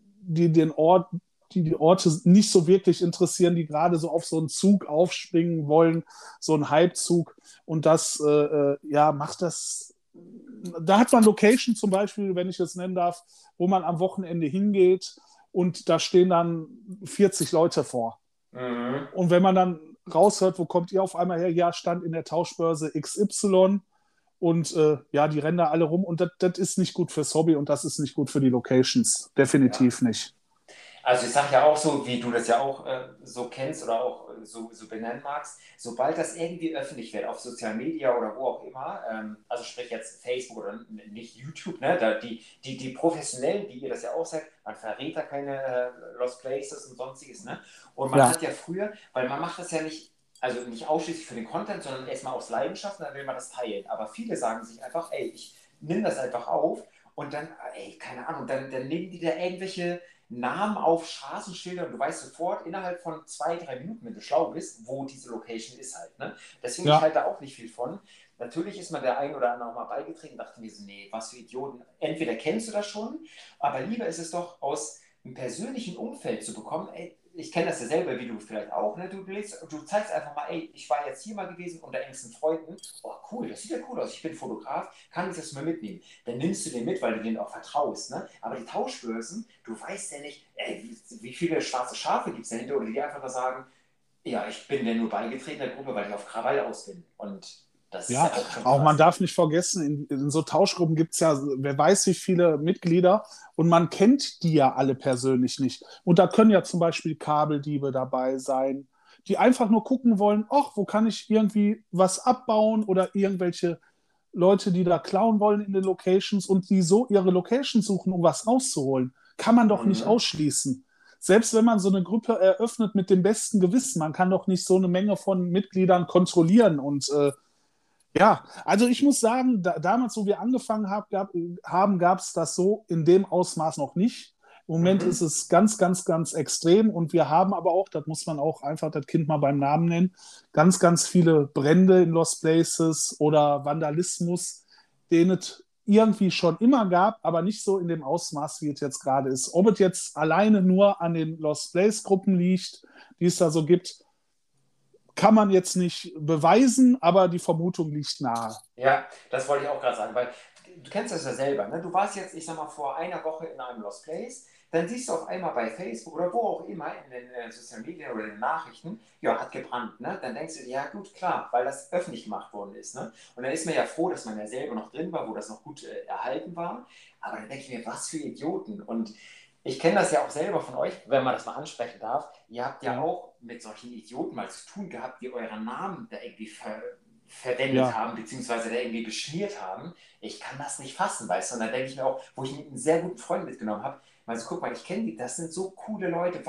die Orte nicht so wirklich interessieren, die gerade so auf so einen Zug aufspringen wollen, so einen Hypezug. Und das ja, macht das. Da hat man Location zum Beispiel, wenn ich es nennen darf, wo man am Wochenende hingeht und da stehen dann 40 Leute vor. Mhm. Und wenn man dann raushört, wo kommt ihr auf einmal her? Ja, stand in der Tauschbörse XY und ja, die rennen da alle rum und das ist nicht gut fürs Hobby und das ist nicht gut für die Locations. Ja. Definitiv nicht. Also ich sage ja auch so, wie du das ja auch so kennst oder auch so benennen magst, sobald das irgendwie öffentlich wird, auf Social Media oder wo auch immer, also sprich jetzt Facebook oder nicht YouTube, ne, da die Professionellen, wie ihr das ja auch sagt, man verrät da keine Lost Places und sonstiges, ne? Und man Ja, hat ja früher, weil man macht das ja nicht, also nicht ausschließlich für den Content, sondern erstmal aus Leidenschaft, und dann will man das teilen. Aber viele sagen sich einfach, ey, ich nehme das einfach auf und dann, ey, keine Ahnung, dann nehmen die da irgendwelche Namen auf Straßenschilder und du weißt sofort innerhalb von 2, 3 Minuten, wenn du schlau bist, wo diese Location ist halt. Ne? Deswegen, ich ja, halte da auch nicht viel von. Natürlich ist man der ein oder andere mal beigetreten und dachte mir so, nee, was für Idioten. Entweder kennst du das schon, aber lieber ist es doch aus einem persönlichen Umfeld zu bekommen, ey, ich kenne das ja selber, wie du vielleicht auch, ne? Du zeigst einfach mal, ey, ich war jetzt hier mal gewesen unter engsten Freunden. Oh, cool, das sieht ja cool aus. Ich bin Fotograf, kann ich das mal mitnehmen? Dann nimmst du den mit, weil du denen auch vertraust. Ne? Aber die Tauschbörsen, du weißt ja nicht, ey, wie viele schwarze Schafe gibt es dahinter oder die einfach nur sagen, ja, ich bin der nur beigetreten der Gruppe, weil ich auf Krawall aus bin. Und Das ist ja Ja, auch schon auch man krass. darf nicht vergessen, in so Tauschgruppen gibt es ja, wer weiß wie viele Mitglieder und man kennt die ja alle persönlich nicht. Und da können ja zum Beispiel Kabeldiebe dabei sein, die einfach nur gucken wollen, ach, wo kann ich irgendwie was abbauen oder irgendwelche Leute, die da klauen wollen in den Locations und die so ihre Locations suchen, um was rauszuholen. Kann man doch nicht Mhm. ausschließen. Selbst wenn man so eine Gruppe eröffnet mit dem besten Gewissen, man kann doch nicht so eine Menge von Mitgliedern kontrollieren und ja, also ich muss sagen, damals, wo wir angefangen gab es das so in dem Ausmaß noch nicht. Im Moment ist Mhm. es ganz, ganz, ganz extrem und wir haben aber auch, das muss man auch einfach das Kind mal beim Namen nennen, ganz, ganz viele Brände in Lost Places oder Vandalismus, den es irgendwie schon immer gab, aber nicht so in dem Ausmaß, wie es jetzt gerade ist. Ob es jetzt alleine nur an den Lost Place Gruppen liegt, die es da so gibt, kann man jetzt nicht beweisen, aber die Vermutung liegt nahe. Ja, das wollte ich auch gerade sagen, weil du kennst das ja selber, ne? Du warst jetzt, ich sag mal, vor einer Woche in einem Lost Place, dann siehst du auf einmal bei Facebook oder wo auch immer in den Social Media oder in den Nachrichten, ja, hat gebrannt, ne? Dann denkst du dir, ja gut, klar, weil das öffentlich gemacht worden ist, ne? Und dann ist man ja froh, dass man ja selber noch drin war, wo das noch gut erhalten war. Aber dann denke ich mir, was für Idioten. Und ich kenne das ja auch selber von euch, wenn man das mal ansprechen darf. Ihr habt ja Ja, auch mit solchen Idioten mal zu tun gehabt, die euren Namen da irgendwie verwendet ja, haben, beziehungsweise da irgendwie beschmiert haben. Ich kann das nicht fassen, weißt du? Und dann denke ich mir auch, wo ich einen sehr guten Freund mitgenommen habe, also guck mal, ich kenne die, das sind so coole Leute.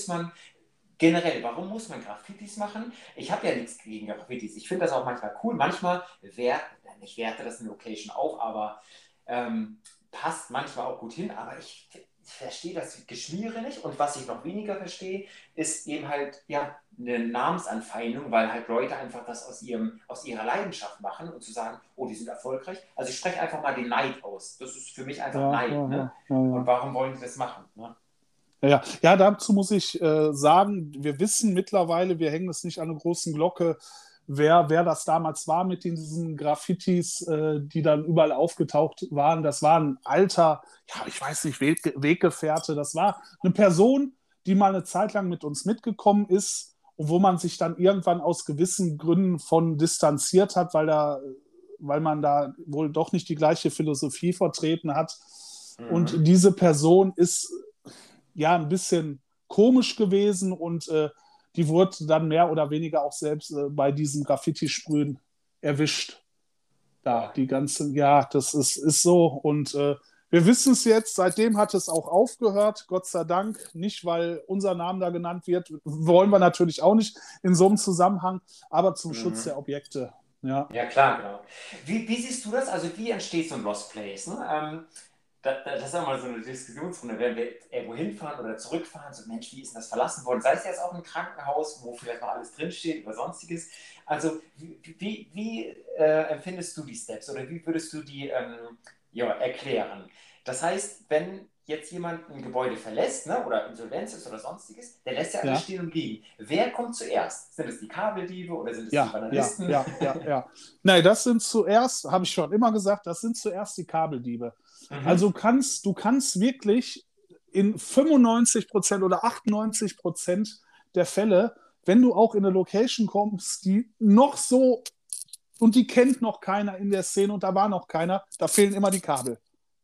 Warum muss man Graffitis machen? Ich habe ja nichts gegen Graffitis. Ich finde das auch manchmal cool. Manchmal ich werte das in Location auf, aber passt manchmal auch gut hin. Aber ich verstehe das Geschmiere nicht. Und was ich noch weniger verstehe, ist eben halt ja eine Namensanfeindung, weil halt Leute einfach das aus ihrer Leidenschaft machen und zu sagen, oh, die sind erfolgreich. Also ich spreche einfach mal den Neid aus. Das ist für mich einfach ja, Neid. ja, Ne? ja, ja, Und ja. warum wollen die das machen? Ne? Ja, ja. Ja, dazu muss ich sagen, wir wissen mittlerweile, wir hängen es nicht an einer großen Glocke, wer das damals war mit diesen Graffitis, die dann überall aufgetaucht waren. Das war ein alter, ja, ich weiß nicht, Weggefährte. Das war eine Person, die mal eine Zeit lang mit uns mitgekommen ist und wo man sich dann irgendwann aus gewissen Gründen von distanziert hat, weil man da wohl doch nicht die gleiche Philosophie vertreten hat. Und Mhm. diese Person ist ja ein bisschen komisch gewesen und die wurde dann mehr oder weniger auch selbst bei diesem Graffiti-Sprühen erwischt. Da, Boah. die ganzen, ja, das ist so. Und wir wissen es jetzt, seitdem hat es auch aufgehört, Gott sei Dank. Nicht, weil unser Name da genannt wird, wollen wir natürlich auch nicht in so einem Zusammenhang, aber zum Schutz Mhm. der Objekte. Ja, Ja, klar, genau. Wie siehst du das? Also, wie entsteht so ein Lost Place? Ne? Das ist auch mal so eine Diskussionsrunde, wenn wir irgendwo hinfahren oder zurückfahren, so Mensch, wie ist denn das verlassen worden? Sei es jetzt auch ein Krankenhaus, wo vielleicht noch alles drinsteht oder sonstiges. Also, wie empfindest du die Steps oder wie würdest du die ja, erklären? Das heißt, wenn jetzt jemand ein Gebäude verlässt, ne, oder Insolvenz ist oder sonstiges, der lässt ja alles ja, stehen und liegen. Wer kommt zuerst? Sind es die Kabeldiebe oder sind es die ja, ja, Vandalisten? ja, ja, ja. Nein, das sind zuerst, habe ich schon immer gesagt, das sind zuerst die Kabeldiebe. Also Mhm. du kannst wirklich in 95% oder 98% der Fälle, wenn du auch in eine Location kommst, die noch so und die kennt noch keiner in der Szene und da war noch keiner, da fehlen immer die Kabel.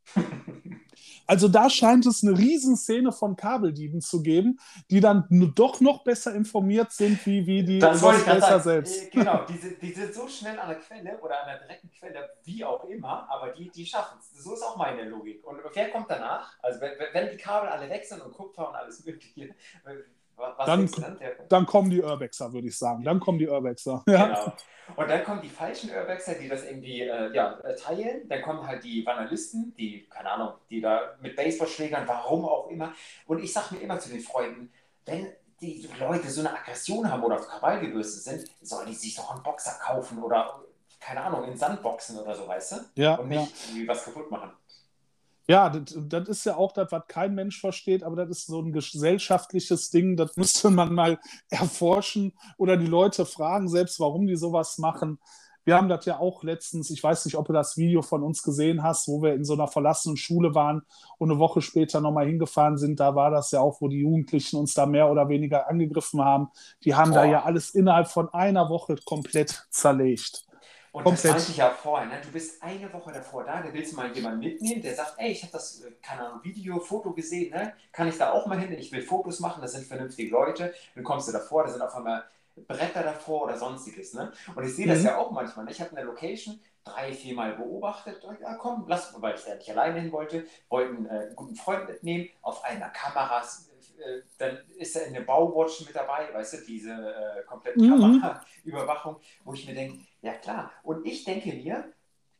Also da scheint es eine Riesenszene von Kabeldieben zu geben, die dann doch noch besser informiert sind, wie die Das wollte ich Lost gerade Placer sagen. selbst. Genau, die sind so schnell an der Quelle oder an der direkten Quelle, wie auch immer, aber die schaffen es. So ist auch meine Logik. Und wer kommt danach? Also wenn die Kabel alle weg sind und Kupfer und alles Mögliche, was Dann, denkst du dann? dann kommen die Urbexer, würde ich sagen. Dann kommen die Urbexer. Ja, Genau. Und dann kommen die falschen Urbexer, die das irgendwie ja, teilen. Dann kommen halt die Vandalisten, die, keine Ahnung, die da mit Baseballschlägern, warum auch immer. Und ich sage mir immer zu den Freunden, wenn die Leute so eine Aggression haben oder auf Krawall gebürstet sind, sollen die sich doch einen Boxer kaufen oder, keine Ahnung, in Sandboxen oder so, weißt du? ja, Und ja. nicht irgendwie was kaputt machen. Ja, das ist ja auch das, was kein Mensch versteht, aber das ist so ein gesellschaftliches Ding, das müsste man mal erforschen oder die Leute fragen selbst, warum die sowas machen. Wir haben das ja auch letztens, ich weiß nicht, ob du das Video von uns gesehen hast, wo wir in so einer verlassenen Schule waren und eine Woche später nochmal hingefahren sind. Da war das ja auch, wo die Jugendlichen uns da mehr oder weniger angegriffen haben. Die haben da Boah. ja alles innerhalb von einer Woche komplett zerlegt. Und das Komplett. meinte ich ja vorher, ne? Du bist eine Woche davor da, da willst du mal jemanden mitnehmen, der sagt, ey, ich habe das, keine Ahnung, Video, Foto gesehen, ne? Kann ich da auch mal hin? Ich will Fotos machen, das sind vernünftige Leute. Dann kommst du davor, da sind auf einmal Bretter davor oder sonstiges, ne? Und ich sehe das Mhm. ja auch manchmal, ne? Ich habe eine Location 3-4 Mal beobachtet, und, ja komm, lass, weil ich ja nicht alleine hin wollte, wollten einen guten Freund mitnehmen, auf einer Kameras, dann ist er in der Bauwatch mit dabei, weißt du, diese komplette Mhm. Kameraüberwachung, wo ich mir denke, ja klar. Und ich denke mir,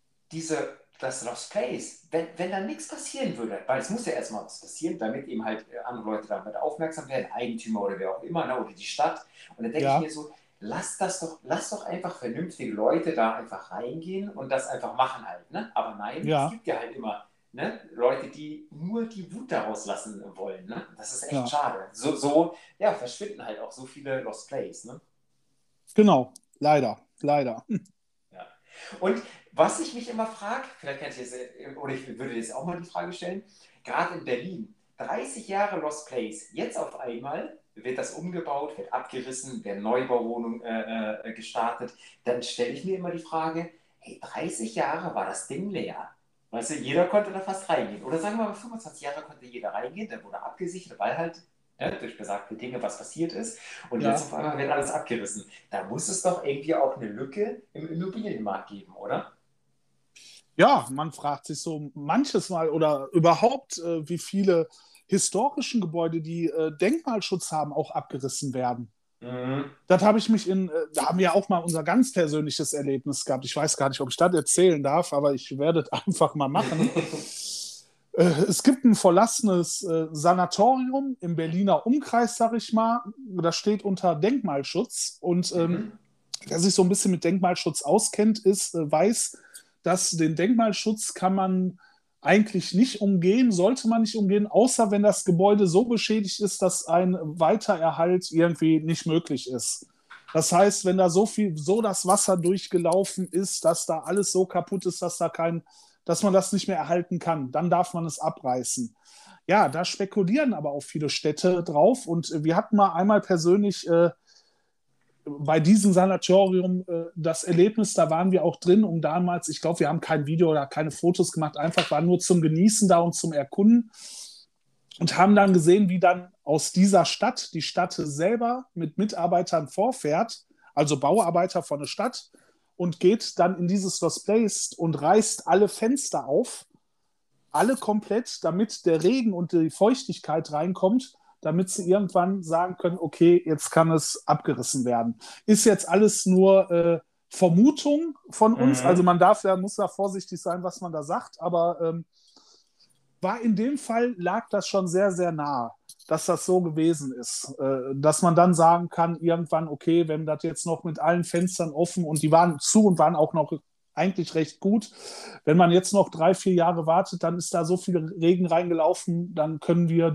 das Lost Place, wenn da nichts passieren würde, weil es muss ja erstmal was passieren, damit eben halt andere Leute damit aufmerksam werden, Eigentümer oder wer auch immer, ne, oder die Stadt. Und dann denke ich Ja, mir so, lass doch einfach vernünftige Leute da einfach reingehen und das einfach machen halt. Ne? Aber nein, es ja, gibt ja halt immer, ne, Leute, die nur die Wut daraus lassen wollen. Ne? Das ist echt ja. schade. So ja, verschwinden halt auch so viele Lost Plays. Ne? Genau. Leider. Leider. Ja. Und was ich mich immer frage, vielleicht kann ich jetzt, oder ich würde jetzt auch mal die Frage stellen, gerade in Berlin, 30 Jahre Lost Place, jetzt auf einmal wird das umgebaut, wird abgerissen, werden Neubauwohnungen gestartet, dann stelle ich mir immer die Frage, hey, 30 Jahre war das Ding leer. Weißt du, jeder konnte da fast reingehen. Oder sagen wir mal, 25 Jahre konnte jeder reingehen, dann wurde abgesichert, weil halt durch besagte Dinge was passiert ist. Und jetzt Ja. auf einmal wird alles abgerissen. Da muss es doch irgendwie auch eine Lücke im Immobilienmarkt geben, oder? Ja, man fragt sich so manches Mal oder überhaupt, wie viele historischen Gebäude, die Denkmalschutz haben, auch abgerissen werden. Mhm. Das habe ich mich da haben wir auch mal unser ganz persönliches Erlebnis gehabt. Ich weiß gar nicht, ob ich das erzählen darf, aber ich werde es einfach mal machen. Es gibt ein verlassenes Sanatorium im Berliner Umkreis, sag ich mal. Das steht unter Denkmalschutz. Und Mhm. wer sich so ein bisschen mit Denkmalschutz auskennt, weiß, dass den Denkmalschutz kann man eigentlich nicht umgehen, sollte man nicht umgehen, außer wenn das Gebäude so beschädigt ist, dass ein Weitererhalt irgendwie nicht möglich ist. Das heißt, wenn da so das Wasser durchgelaufen ist, dass da alles so kaputt ist, dass man das nicht mehr erhalten kann, dann darf man es abreißen. Ja, da spekulieren aber auch viele Städte drauf. Und wir hatten mal einmal persönlich bei diesem Sanatorium das Erlebnis, da waren wir auch drin, um damals, ich glaube, wir haben kein Video oder keine Fotos gemacht, einfach waren nur zum Genießen da und zum Erkunden und haben dann gesehen, wie dann aus dieser Stadt die Stadt selber mit Mitarbeitern vorfährt, also Bauarbeiter von der Stadt, und geht dann in dieses Lost Place und reißt alle Fenster auf, alle komplett, damit der Regen und die Feuchtigkeit reinkommt, damit sie irgendwann sagen können, okay, jetzt kann es abgerissen werden. Ist jetzt alles nur Vermutung von uns, also Mhm. muss da vorsichtig sein, was man da sagt, aber war in dem Fall, lag das schon sehr, sehr nah, dass das so gewesen ist. Dass man dann sagen kann, irgendwann, okay, wenn das jetzt noch mit allen Fenstern offen und die waren zu und waren auch noch eigentlich recht gut. Wenn man jetzt noch 3-4 Jahre wartet, dann ist da so viel Regen reingelaufen, dann können wir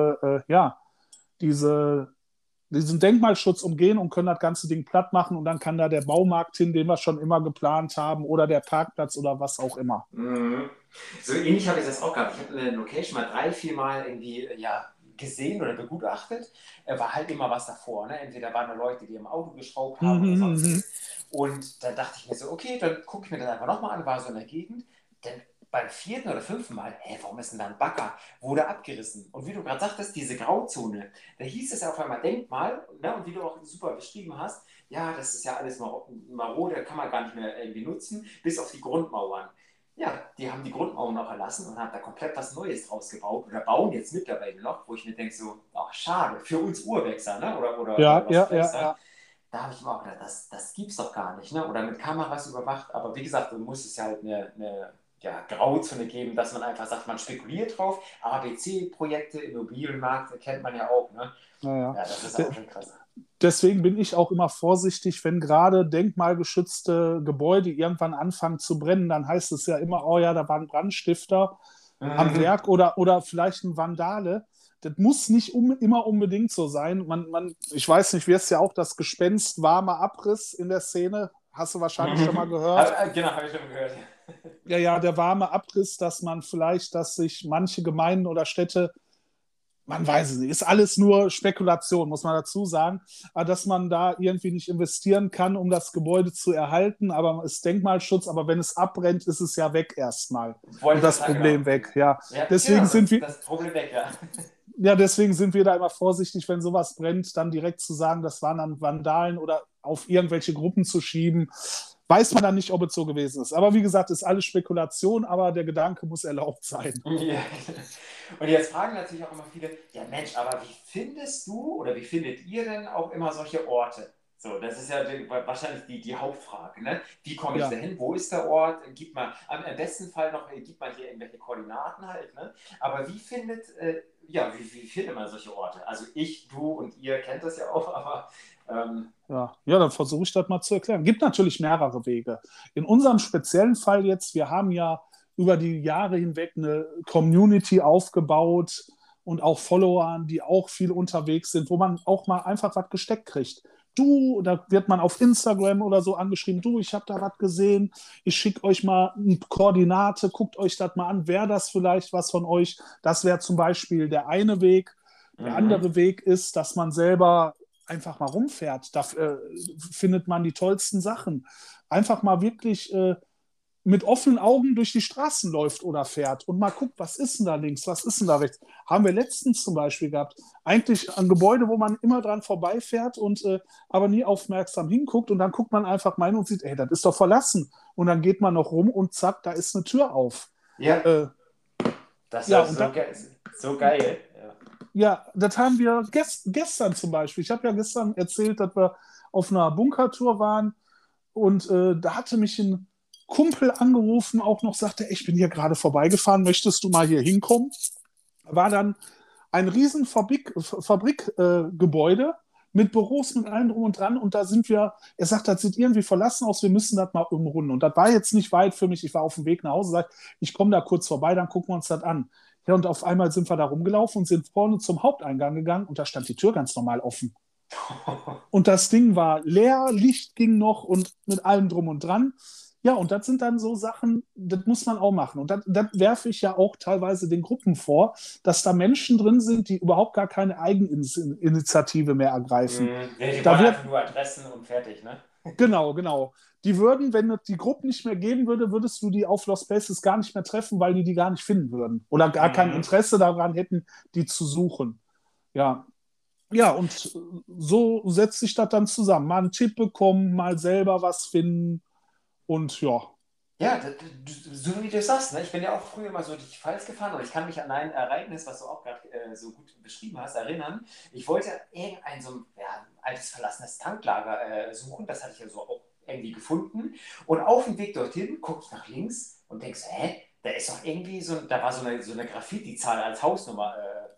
diesen Denkmalschutz umgehen und können das ganze Ding platt machen und dann kann da der Baumarkt hin, den wir schon immer geplant haben oder der Parkplatz oder was auch immer. Mhm. So ähnlich habe ich das auch gehabt. Ich habe eine Location mal 3-4 Mal irgendwie ja, gesehen oder begutachtet. War halt immer was davor. Ne? Entweder waren da Leute, die im Auto geschraubt haben oder Mhm. sonstiges. Und dann dachte ich mir so, okay, dann gucke ich mir das einfach nochmal an, war so in der Gegend. Denn beim 4. oder 5. Mal, hä, warum ist denn da ein Bagger? Wurde abgerissen. Und wie du gerade sagtest, diese Grauzone, da hieß es ja auf einmal Denkmal, ne? Und wie du auch super beschrieben hast, ja, das ist ja alles marode, kann man gar nicht mehr irgendwie nutzen, bis auf die Grundmauern. Ja, die haben die Grundmauern auch erlassen und haben da komplett was Neues draus gebaut oder bauen jetzt mittlerweile noch, wo ich mir denke so, ach schade, für uns Urwechsler, ne? Oder Ja, Lost ja, ja, Placer, ja. da habe ich mir auch gedacht, das gibt's doch gar nicht, ne? Oder mit Kameras überwacht, aber wie gesagt, da muss es ja halt eine ja, Grauzone geben, dass man einfach sagt, man spekuliert drauf. ABC-Projekte, Immobilienmarkt kennt man ja auch, ne? Ja, Ja, das ist ja. auch schon krass. Deswegen bin ich auch immer vorsichtig, wenn gerade denkmalgeschützte Gebäude irgendwann anfangen zu brennen, dann heißt es ja immer, oh ja, da war ein Brandstifter am Mhm. Werk oder vielleicht ein Vandale. Das muss nicht immer unbedingt so sein. Ich weiß nicht, wirst ja auch das Gespenst warmer Abriss in der Szene, hast du wahrscheinlich schon mal gehört. Genau, habe ich schon gehört. Ja, ja, der warme Abriss, dass sich manche Gemeinden oder Städte Man weiß es nicht. Ist alles nur Spekulation, muss man dazu sagen. Aber dass man da irgendwie nicht investieren kann, um das Gebäude zu erhalten. Aber es ist Denkmalschutz, aber wenn es abbrennt, ist es ja weg erstmal. Wollte Und ich gerade das sagen, genau. Problem weg, ja. Ja, Deswegen genau, sind wir, das Problem weg, ja. ja, deswegen sind wir da immer vorsichtig, wenn sowas brennt, dann direkt zu sagen, das waren dann Vandalen oder auf irgendwelche Gruppen zu schieben. Weiß man dann nicht, ob es so gewesen ist. Aber wie gesagt, ist alles Spekulation, aber der Gedanke muss erlaubt sein. Ja. Und jetzt fragen natürlich auch immer viele, ja Mensch, aber wie findest du oder wie findet ihr denn auch immer solche Orte? So, das ist ja wahrscheinlich die Hauptfrage, ne? Wie komme ich Ja. da hin? Wo ist der Ort? Gib mal, im besten Fall noch, gib mal hier irgendwelche Koordinaten halt, ne? Aber wie findet man solche Orte? Also ich, du und ihr kennt das ja auch, aber Ja, dann versuche ich das mal zu erklären. Gibt natürlich mehrere Wege. In unserem speziellen Fall jetzt, wir haben ja über die Jahre hinweg eine Community aufgebaut und auch Follower, die auch viel unterwegs sind, wo man auch mal einfach was gesteckt kriegt. Du, da wird man auf Instagram oder so angeschrieben, du, ich habe da was gesehen, ich schicke euch mal eine Koordinate, guckt euch das mal an, wäre das vielleicht was von euch? Das wäre zum Beispiel der eine Weg. Der andere Weg ist, dass man selber einfach mal rumfährt. Da findet man die tollsten Sachen. Einfach mal wirklich mit offenen Augen durch die Straßen läuft oder fährt und mal guckt, was ist denn da links, was ist denn da rechts. Haben wir letztens zum Beispiel gehabt. Eigentlich ein Gebäude, wo man immer dran vorbeifährt und aber nie aufmerksam hinguckt und dann guckt man einfach mal hin und sieht, ey, das ist doch verlassen. Und dann geht man noch rum und zack, da ist eine Tür auf. ja, das Ja, ist und so geil. Ja. ja, das haben wir gestern zum Beispiel. Ich habe ja gestern erzählt, dass wir auf einer Bunkertour waren und da hatte mich ein Kumpel angerufen, auch noch sagte, ich bin hier gerade vorbeigefahren, möchtest du mal hier hinkommen? War dann ein riesen Fabrikgebäude mit Büros, mit allem drum und dran und da sind wir, er sagt, das sieht irgendwie verlassen aus, wir müssen das mal umrunden. Und das war jetzt nicht weit für mich, ich war auf dem Weg nach Hause, sagt, ich komme da kurz vorbei, dann gucken wir uns das an. Ja, und auf einmal sind wir da rumgelaufen und sind vorne zum Haupteingang gegangen und da stand die Tür ganz normal offen. Und das Ding war leer, Licht ging noch und mit allem drum und dran. Ja, und das sind dann so Sachen, das muss man auch machen. Und das werfe ich ja auch teilweise den Gruppen vor, dass da Menschen drin sind, die überhaupt gar keine Eigeninitiative mehr ergreifen. Ja, die Da wollen wird, einfach nur Adressen und fertig, ne? genau. Die würden, wenn es die Gruppen nicht mehr geben würde, würdest du die auf Lost Places gar nicht mehr treffen, weil die gar nicht finden würden. Oder gar kein Interesse daran hätten, die zu suchen. Ja, ja, und so setzt sich das dann zusammen. Mal einen Tipp bekommen, mal selber was finden und ja. Ja, so wie du sagst, ne? Ich bin ja auch früher immer so durch die Pfalz gefahren und ich kann mich an ein Ereignis, was du auch gerade so gut beschrieben hast, erinnern. Ich wollte irgendein so ein altes verlassenes Tanklager suchen, das hatte ich ja so auch irgendwie gefunden. Und auf dem Weg dorthin gucke ich nach links und denke so, hä, da ist doch irgendwie da war so eine Graffiti-Zahl als Hausnummer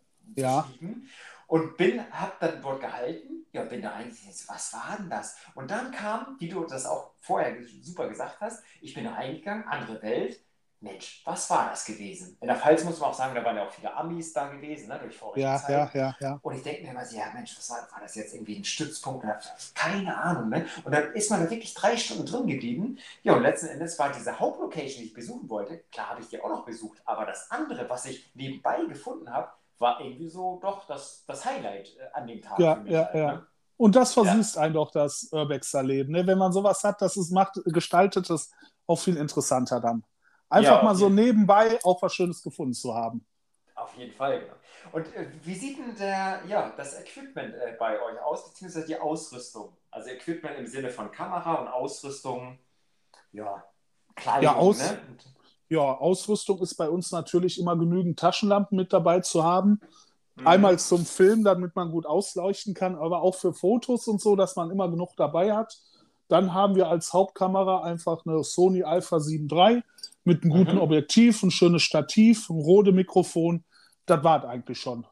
Ja, geschrieben. Und hab dann dort gehalten, ja, bin da eigentlich, was war denn das? Und dann kam, wie du das auch vorher super gesagt hast, ich bin da reingegangen, andere Welt. Mensch, was war das gewesen? In der Pfalz muss man auch sagen, da waren ja auch viele Amis da gewesen, ne, durch vorige Zeit. ja. Und ich denke mir immer so, ja Mensch, was war das jetzt irgendwie ein Stützpunkt? Keine Ahnung, ne? Und dann ist man da wirklich 3 Stunden drin geblieben. Ja, und letzten Endes war diese Hauptlocation, die ich besuchen wollte, klar habe ich die auch noch besucht, aber das andere, was ich nebenbei gefunden habe, war irgendwie so doch das Highlight an dem Tag für mich halt, Ja. ne? Und das Ja, versüßt einen doch das Urbexer-Leben. Ne? Wenn man sowas hat, das es macht, gestaltet es auch viel interessanter dann. ja, Einfach mal so nebenbei auch was Schönes gefunden zu haben. auf jeden Fall, genau. Und wie sieht denn das Equipment bei euch aus, beziehungsweise die Ausrüstung? Also Equipment im Sinne von Kamera und Ausrüstung, ja, Ja, Kleidung, ne? Ausrüstung ist bei uns natürlich immer genügend Taschenlampen mit dabei zu haben. Einmal Mhm. zum Film, damit man gut ausleuchten kann, aber auch für Fotos und so, dass man immer genug dabei hat. Dann haben wir als Hauptkamera einfach eine Sony Alpha 7 III mit einem guten Mhm. Objektiv, ein schönes Stativ, ein Rode-Mikrofon. Das war es eigentlich schon.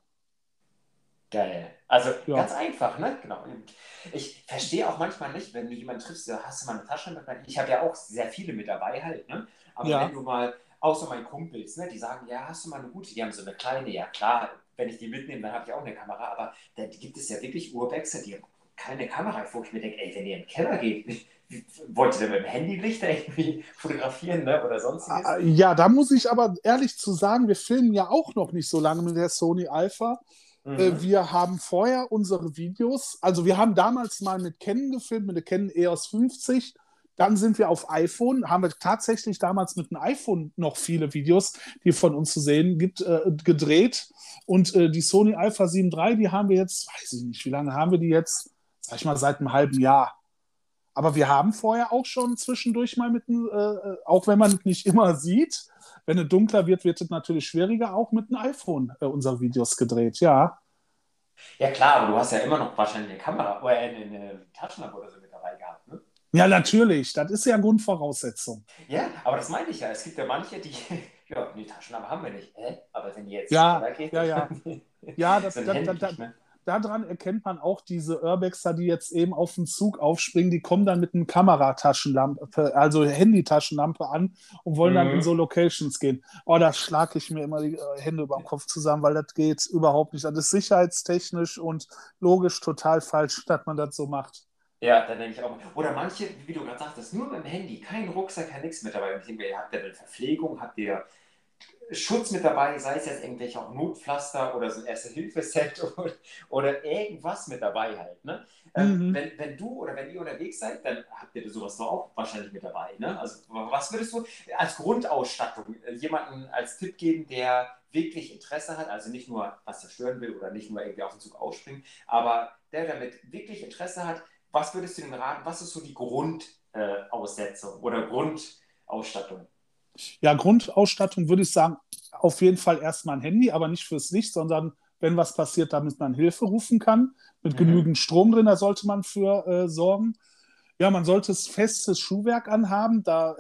Geil. Also Ja, ganz einfach, ne? Genau. Und ich verstehe auch manchmal nicht, wenn du jemanden triffst, ja, hast du mal eine Tasche mit? Ich habe ja auch sehr viele mit dabei halt, ne? Aber wenn ja, du mal, außer meinen Kumpels, ne, die sagen, ja, hast du mal eine gute, die haben so eine kleine, ja klar, wenn ich die mitnehme, dann habe ich auch eine Kamera, aber da gibt es ja wirklich Urbexer, die haben keine Kamera, wo ich mir denke, ey, wenn ihr in den Keller geht, Wollt ihr denn mit dem Handylicht irgendwie fotografieren, ne? Oder sonstiges? Ja, da muss ich aber ehrlich zu sagen, wir filmen ja auch noch nicht so lange mit der Sony Alpha. Mhm. Wir haben vorher unsere Videos, also wir haben damals mal mit Canon gefilmt, mit der Canon EOS 50. Dann sind wir auf iPhone, haben wir tatsächlich damals mit einem iPhone noch viele Videos, die von uns zu sehen gibt, gedreht. Und die Sony Alpha 7 III, die haben wir jetzt, weiß ich nicht, wie lange haben wir die jetzt? Sag ich mal, seit einem halben Jahr. Aber wir haben vorher auch schon zwischendurch mal mit einem, auch wenn man es nicht immer sieht, wenn es dunkler wird, wird es natürlich schwieriger, auch mit einem iPhone unsere Videos gedreht, ja. Ja klar, aber du hast ja immer noch wahrscheinlich eine Kamera oder eine Taschenlampe oder so mit dabei gehabt, ne? Ja, natürlich, das ist ja Grundvoraussetzung. Ja, aber das meinte ich ja. Es gibt ja manche, die, ja, die Taschenlampe haben wir nicht. Hä? Aber wenn die jetzt Ja, schneller geht, ja, ja. dann Ja, so ein Handy, ne? daran erkennt man auch diese Urbexer, die jetzt eben auf den Zug aufspringen, die kommen dann mit einem Kamerataschenlampe, also Handytaschenlampe an und wollen dann in Mhm. so Locations gehen. Oh, da schlage ich mir immer die Hände über den Kopf zusammen, weil das geht überhaupt nicht. Das ist sicherheitstechnisch und logisch total falsch, dass man das so macht. Ja, dann denke ich auch. Oder manche, wie du gerade sagtest, nur mit dem Handy, kein Rucksack, kein nichts mit dabei. Und ich denke, ihr habt ja eine Verpflegung, habt ihr Schutz mit dabei, sei es jetzt irgendwelche auch Notpflaster oder so ein Erste-Hilfe-Set oder irgendwas mit dabei halt. Ne? Mhm. Wenn du oder wenn ihr unterwegs seid, dann habt ihr sowas doch auch wahrscheinlich mit dabei. Ne? Also was würdest du als Grundausstattung jemanden als Tipp geben, der wirklich Interesse hat, also nicht nur was zerstören will oder nicht nur irgendwie auf den Zug ausspringen, aber der damit wirklich Interesse hat, was würdest du ihm raten, was ist so die Grundaussetzung oder Grundausstattung? Ja, Grundausstattung würde ich sagen, auf jeden Fall erstmal ein Handy, aber nicht fürs Licht, sondern wenn was passiert, damit man Hilfe rufen kann. Mit Mhm. genügend Strom drin, da sollte man für sorgen. Ja, man sollte es festes Schuhwerk anhaben. Da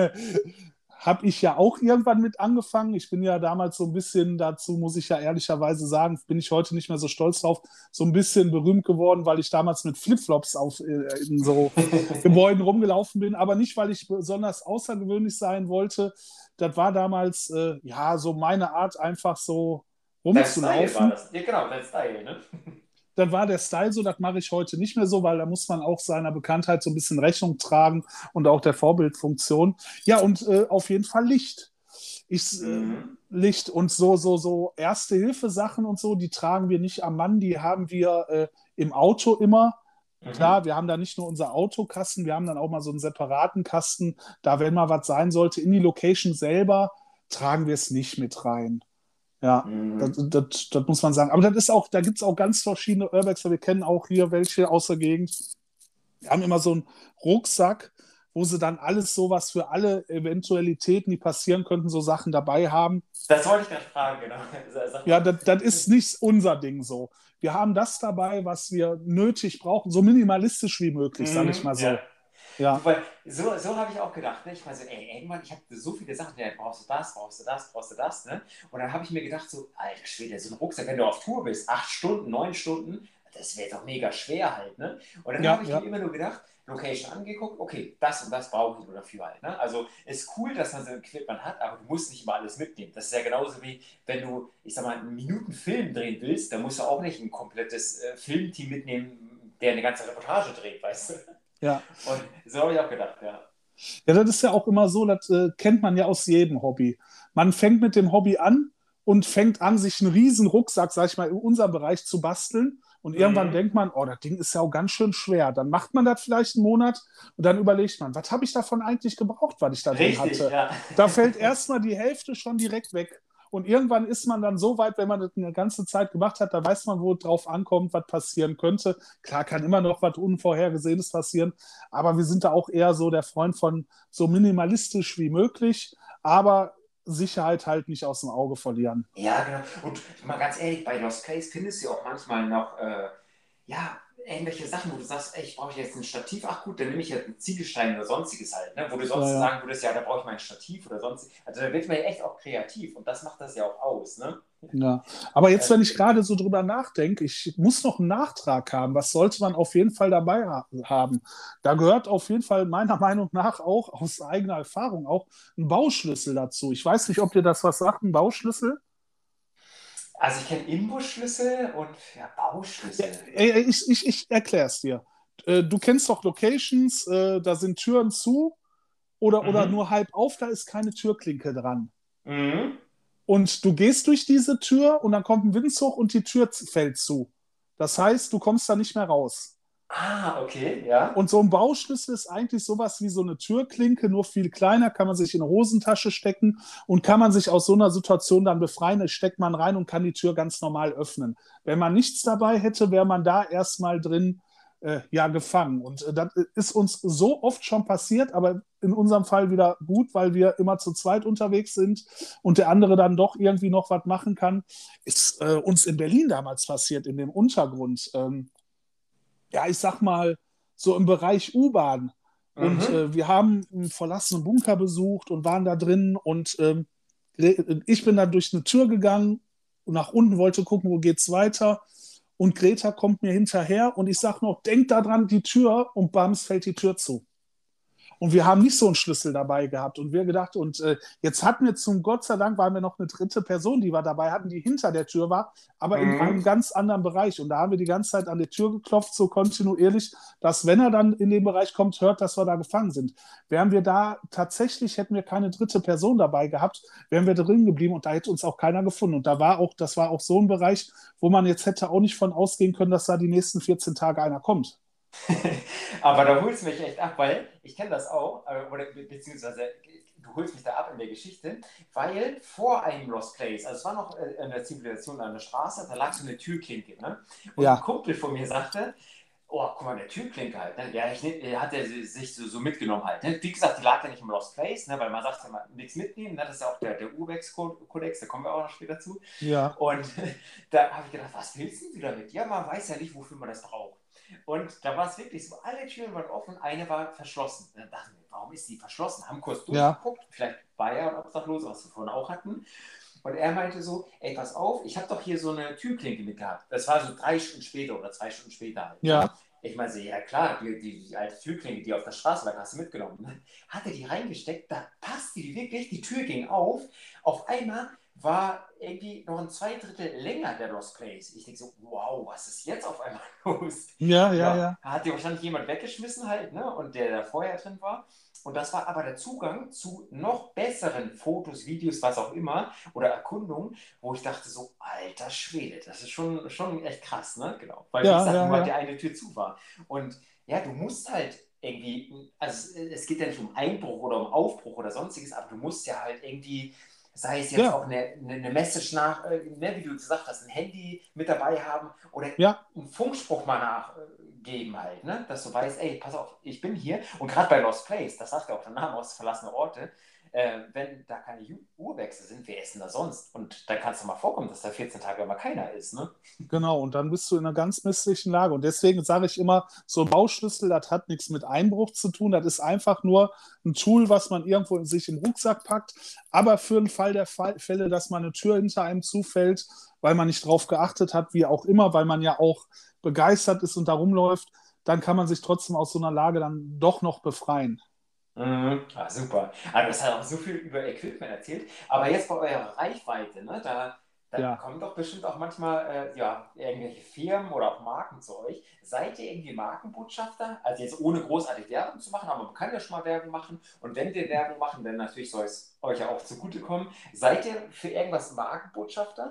habe ich ja auch irgendwann mit angefangen. Ich bin ja damals so ein bisschen, dazu muss ich ja ehrlicherweise sagen, bin ich heute nicht mehr so stolz drauf, so ein bisschen berühmt geworden, weil ich damals mit Flipflops in so Gebäuden rumgelaufen bin. Aber nicht, weil ich besonders außergewöhnlich sein wollte. Das war damals, ja, so meine Art, einfach so Dein Style war rumzulaufen. das. Ja, genau, dein Style, ne? Dann war der Style so, das mache ich heute nicht mehr so, weil da muss man auch seiner Bekanntheit so ein bisschen Rechnung tragen und auch der Vorbildfunktion. Ja, und auf jeden Fall Licht. Ich, Mhm. Licht und so Erste-Hilfe-Sachen und so, die tragen wir nicht am Mann, die haben wir im Auto immer. Mhm. Klar, wir haben da nicht nur unser Autokasten, wir haben dann auch mal so einen separaten Kasten. Da, wenn mal was sein sollte, in die Location selber, tragen wir es nicht mit rein. Ja, Mhm. das muss man sagen. Aber das ist auch, da gibt es auch ganz verschiedene Urbexer. Wir kennen auch hier welche aus der Gegend. Wir haben immer so einen Rucksack, wo sie dann alles sowas für alle Eventualitäten, die passieren könnten, so Sachen dabei haben. Das wollte ich gerade fragen, genau. Sag Ja, mal. das ist nicht unser Ding so. Wir haben das dabei, was wir nötig brauchen, so minimalistisch wie möglich, sage ich Mhm. mal Ja. so. Ja, Weil so habe ich auch gedacht, ne? Ich meine so, ey, irgendwann, ich habe so viele Sachen, ja, brauchst du das, brauchst du das, brauchst du das, ne? Und dann habe ich mir gedacht, so, alter Schwede, so ein Rucksack, wenn du auf Tour bist, 8 Stunden, 9 Stunden, das wäre doch mega schwer halt, ne? Und dann ja, habe ich mir ja. immer nur gedacht, Location angeguckt, okay, das und das brauche ich nur dafür halt, ne? Also ist cool, dass man so ein Equipment hat, aber du musst nicht immer alles mitnehmen. Das ist ja genauso wie, wenn du, ich sag mal, einen Minuten Film drehen willst, dann musst du auch nicht ein komplettes Filmteam mitnehmen, der eine ganze Reportage dreht, weißt du? Ja. Und so habe ich auch gedacht, ja. Ja, das ist ja auch immer so, das kennt man ja aus jedem Hobby. Man fängt mit dem Hobby an und fängt an, sich einen riesen Rucksack, sag ich mal, in unserem Bereich zu basteln. Und irgendwann Mhm. denkt man, oh, das Ding ist ja auch ganz schön schwer. Dann macht man das vielleicht einen Monat und dann überlegt man, was habe ich davon eigentlich gebraucht, was ich da drin Richtig, hatte? ja. Da fällt erstmal die Hälfte schon direkt weg. Und irgendwann ist man dann so weit, wenn man das eine ganze Zeit gemacht hat, da weiß man, wo es drauf ankommt, was passieren könnte. Klar kann immer noch was Unvorhergesehenes passieren, aber wir sind da auch eher so der Freund von so minimalistisch wie möglich, aber Sicherheit halt nicht aus dem Auge verlieren. Ja, genau. Und mal ganz ehrlich, bei Lost Case findest du auch manchmal noch, ja, irgendwelche Sachen, wo du sagst, ey, ich brauche jetzt ein Stativ. Ach gut, dann nehme ich jetzt einen Ziegelstein oder sonstiges halt, ne? Wo du Ja, sonst ja. sagen würdest, ja, da brauche ich mein Stativ oder sonst. Also da wird man ja echt auch kreativ und das macht das ja auch aus, ne? Ja, aber jetzt, wenn Also, ich gerade so drüber nachdenke, ich muss noch einen Nachtrag haben. Was sollte man auf jeden Fall dabei haben? Da gehört auf jeden Fall meiner Meinung nach auch aus eigener Erfahrung auch ein Bauschlüssel dazu. Ich weiß nicht, ob dir das was sagt, ein Bauschlüssel. also ich kenne Imbusschlüssel und ja, Ja, Bauschlüssel. ich erkläre es dir. Du kennst doch Locations, da sind Türen zu oder Mhm. nur halb auf, da ist keine Türklinke dran. Mhm. Und du gehst durch diese Tür und dann kommt ein Windzug und die Tür fällt zu. Das heißt, du kommst da nicht mehr raus. Ah, okay, ja. Und so ein Bauschlüssel ist eigentlich sowas wie so eine Türklinke, nur viel kleiner, kann man sich in eine Hosentasche stecken und kann man sich aus so einer Situation dann befreien. Da steckt man rein und kann die Tür ganz normal öffnen. Wenn man nichts dabei hätte, wäre man da erstmal drin ja gefangen. Und das ist uns so oft schon passiert, aber in unserem Fall wieder gut, weil wir immer zu zweit unterwegs sind und der andere dann doch irgendwie noch was machen kann. Ist uns in Berlin damals passiert, in dem Untergrund. Ja, ich sag mal, so im Bereich U-Bahn. Und Mhm. wir haben einen verlassenen Bunker besucht und waren da drin. Und ich bin dann durch eine Tür gegangen und nach unten wollte gucken, wo geht's weiter. Und Greta kommt mir hinterher und ich sag noch, denk da dran, die Tür. Und bams, fällt die Tür zu. Und wir haben nicht so einen Schlüssel dabei gehabt. Und wir gedacht, und jetzt hatten wir zum Gott sei Dank, waren wir noch eine dritte Person, die wir dabei hatten, die hinter der Tür war, aber in Mhm. einem ganz anderen Bereich. Und da haben wir die ganze Zeit an die Tür geklopft, so kontinuierlich, dass, wenn er dann in den Bereich kommt, hört, dass wir da gefangen sind. Wären wir da tatsächlich, hätten wir keine dritte Person dabei gehabt, wären wir drin geblieben und da hätte uns auch keiner gefunden. Und das war auch so ein Bereich, wo man jetzt hätte auch nicht von ausgehen können, dass da die nächsten 14 Tage einer kommt. Aber da holst du mich echt ab, weil ich kenne das auch, oder beziehungsweise du holst mich da ab in der Geschichte, weil vor einem Lost Place, also es war noch in der Zivilisation an der Straße, da lag so eine Türklinke, ne? Und ein Ja, Kumpel von mir sagte, oh, guck mal, der Türklinke halt, ne? Ja, hat er sich so mitgenommen halt, ne? Wie gesagt, die lag ja nicht im Lost Place, ne? Weil man sagt ja mal, nichts mitnehmen, ne? Das ist ja auch der Urbex-Kodex, da kommen wir auch noch später zu. ja, Und da habe ich gedacht, was willst du damit? Ja, man weiß ja nicht, wofür man das braucht. Und da war es wirklich so, alle Türen waren offen, eine war verschlossen. Und dann dachten wir, warum ist die verschlossen? Haben kurz ja, durchgeguckt, vielleicht war ja ein Obdachloser, was wir vorhin auch hatten. Und er meinte so, ey, pass auf, ich habe doch hier so eine Türklinke mitgehabt. Das war so 3 Stunden später oder 2 Stunden später halt. Ne? ja, Ich meine so, ja klar, die alte Türklinke, die auf der Straße lag, hast du mitgenommen. Ne? Hat er die reingesteckt, da passte die wirklich, die Tür ging auf einmal war irgendwie noch ein Zweidrittel länger der Lost Place. Ich denke so, wow, was ist jetzt auf einmal los? ja, ja, Ja, ja. hat dir wahrscheinlich jemand weggeschmissen halt, ne? Und der da vorher drin war. Und das war aber der Zugang zu noch besseren Fotos, Videos, was auch immer, oder Erkundungen, wo ich dachte so, alter Schwede, das ist schon echt krass, ne? Genau. Weil, wie Ja, gesagt, ja, nur halt ja. die eine Tür zu war. Und ja, du musst halt irgendwie, also es geht ja nicht um Einbruch oder um Aufbruch oder sonstiges, aber du musst ja halt irgendwie, sei es jetzt Ja, auch eine Message nach, ne, wie du gesagt hast, ein Handy mit dabei haben oder ja, einen Funkspruch mal nachgeben halt, ne? Dass du weißt, ey, pass auf, ich bin hier. Und gerade bei Lost Place, das sagt ja auch der Name aus verlassene Orte, wenn da keine Uhrwechsel sind, wer ist denn da sonst? Und da kann es doch mal vorkommen, dass da 14 Tage immer keiner ist, ne? genau. Und dann bist du in einer ganz misslichen Lage. Und deswegen sage ich immer, so ein Bauschlüssel, das hat nichts mit Einbruch zu tun. Das ist einfach nur ein Tool, was man irgendwo in sich im Rucksack packt. Aber für den Fall der Fälle, dass man eine Tür hinter einem zufällt, weil man nicht drauf geachtet hat, wie auch immer, weil man ja auch begeistert ist und da rumläuft, dann kann man sich trotzdem aus so einer Lage dann doch noch befreien. Mhm. Ah, super. Also das hat auch so viel über Equipment erzählt. Aber jetzt bei eurer Reichweite, ne, da Ja. kommen doch bestimmt auch manchmal ja, irgendwelche Firmen oder auch Marken zu euch. Seid ihr irgendwie Markenbotschafter? Also jetzt ohne großartig Werbung zu machen, aber man kann ja schon mal Werbung machen. Und wenn wir Werbung machen, dann natürlich soll es euch ja auch zugutekommen. Seid ihr für irgendwas Markenbotschafter?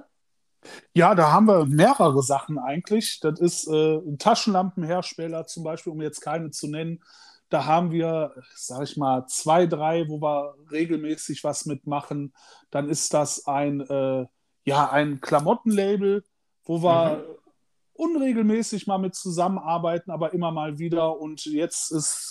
Ja, da haben wir mehrere Sachen eigentlich. Das ist ein Taschenlampenhersteller zum Beispiel, um jetzt keine zu nennen. Da haben wir, sage ich mal, zwei, drei, wo wir regelmäßig was mitmachen. Dann ist das ja, ein Klamottenlabel, wo wir Mhm. unregelmäßig mal mit zusammenarbeiten, aber immer mal wieder. Und jetzt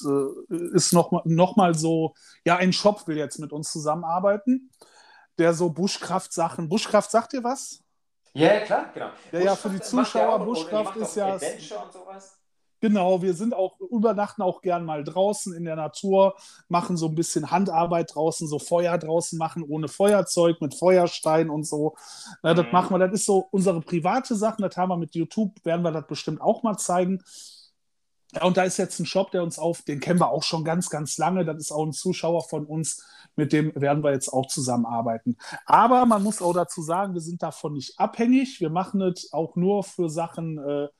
ist noch mal so, ja, ein Shop will jetzt mit uns zusammenarbeiten, der so Buschkraft-Sachen, Buschkraft sagt dir was? Ja, ja, klar, genau. Ja, ja, für die Buschkraft macht ihr Zuschauer, auch, oder ihr Buschkraft macht ist auch ja, Adventure und sowas? genau, wir sind auch, übernachten auch gern mal draußen in der Natur, machen so ein bisschen Handarbeit draußen, so Feuer draußen machen, ohne Feuerzeug, mit Feuerstein und so. Na, das machen Mhm. wir, das ist so unsere private Sachen, das haben wir mit YouTube, werden wir das bestimmt auch mal zeigen. Ja, und da ist jetzt ein Shop, der uns den kennen wir auch schon ganz, ganz lange. Das ist auch ein Zuschauer von uns, mit dem werden wir jetzt auch zusammenarbeiten. Aber man muss auch dazu sagen, wir sind davon nicht abhängig. Wir machen es auch nur für Sachen,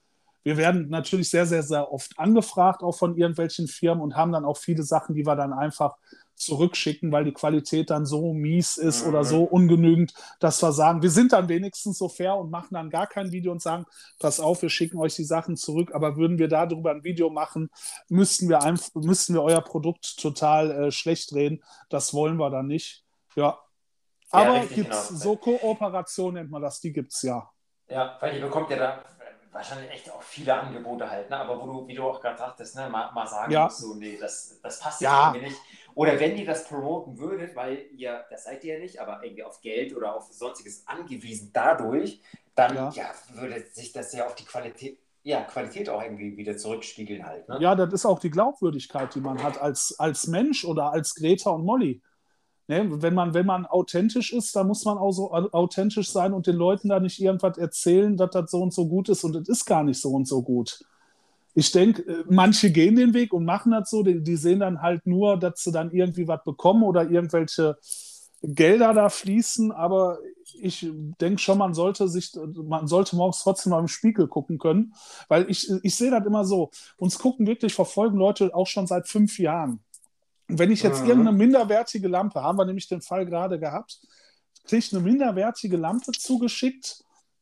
wir werden natürlich sehr, sehr, sehr oft angefragt, auch von irgendwelchen Firmen und haben dann auch viele Sachen, die wir dann einfach zurückschicken, weil die Qualität dann so mies ist oder so ungenügend, dass wir sagen, wir sind dann wenigstens so fair und machen dann gar kein Video und sagen, pass auf, wir schicken euch die Sachen zurück, aber würden wir darüber ein Video machen, müssten wir euer Produkt total schlecht reden. Das wollen wir dann nicht. Ja. Aber richtig, gibt es genau. so Kooperation, nennt man das, die gibt es ja. Ja, weil ihr bekommt ja da wahrscheinlich echt auch viele Angebote halt, ne? Aber wo du, wie du auch gerade sagtest, ne, mal sagen Ja. musst, so, nee, das passt jetzt Ja. irgendwie nicht. Oder wenn ihr das promoten würdet, weil ihr, das seid ihr ja nicht, aber irgendwie auf Geld oder auf sonstiges angewiesen dadurch, dann würde sich das ja auf die Qualität auch irgendwie wieder zurückspiegeln halt, ne? Ja, das ist auch die Glaubwürdigkeit, die man hat als Mensch oder als Greta und Molly. Ne, wenn man authentisch ist, dann muss man auch so authentisch sein und den Leuten da nicht irgendwas erzählen, dass das so und so gut ist und es ist gar nicht so und so gut. Ich denke, manche gehen den Weg und machen das so, die sehen dann halt nur, dass sie dann irgendwie was bekommen oder irgendwelche Gelder da fließen, aber ich denke schon, man sollte morgens trotzdem mal im Spiegel gucken können, weil ich sehe das immer so, uns verfolgen Leute auch schon seit 5 Jahren. Und wenn ich jetzt irgendeine minderwertige Lampe, haben wir nämlich den Fall gerade gehabt, kriege ich eine minderwertige Lampe zugeschickt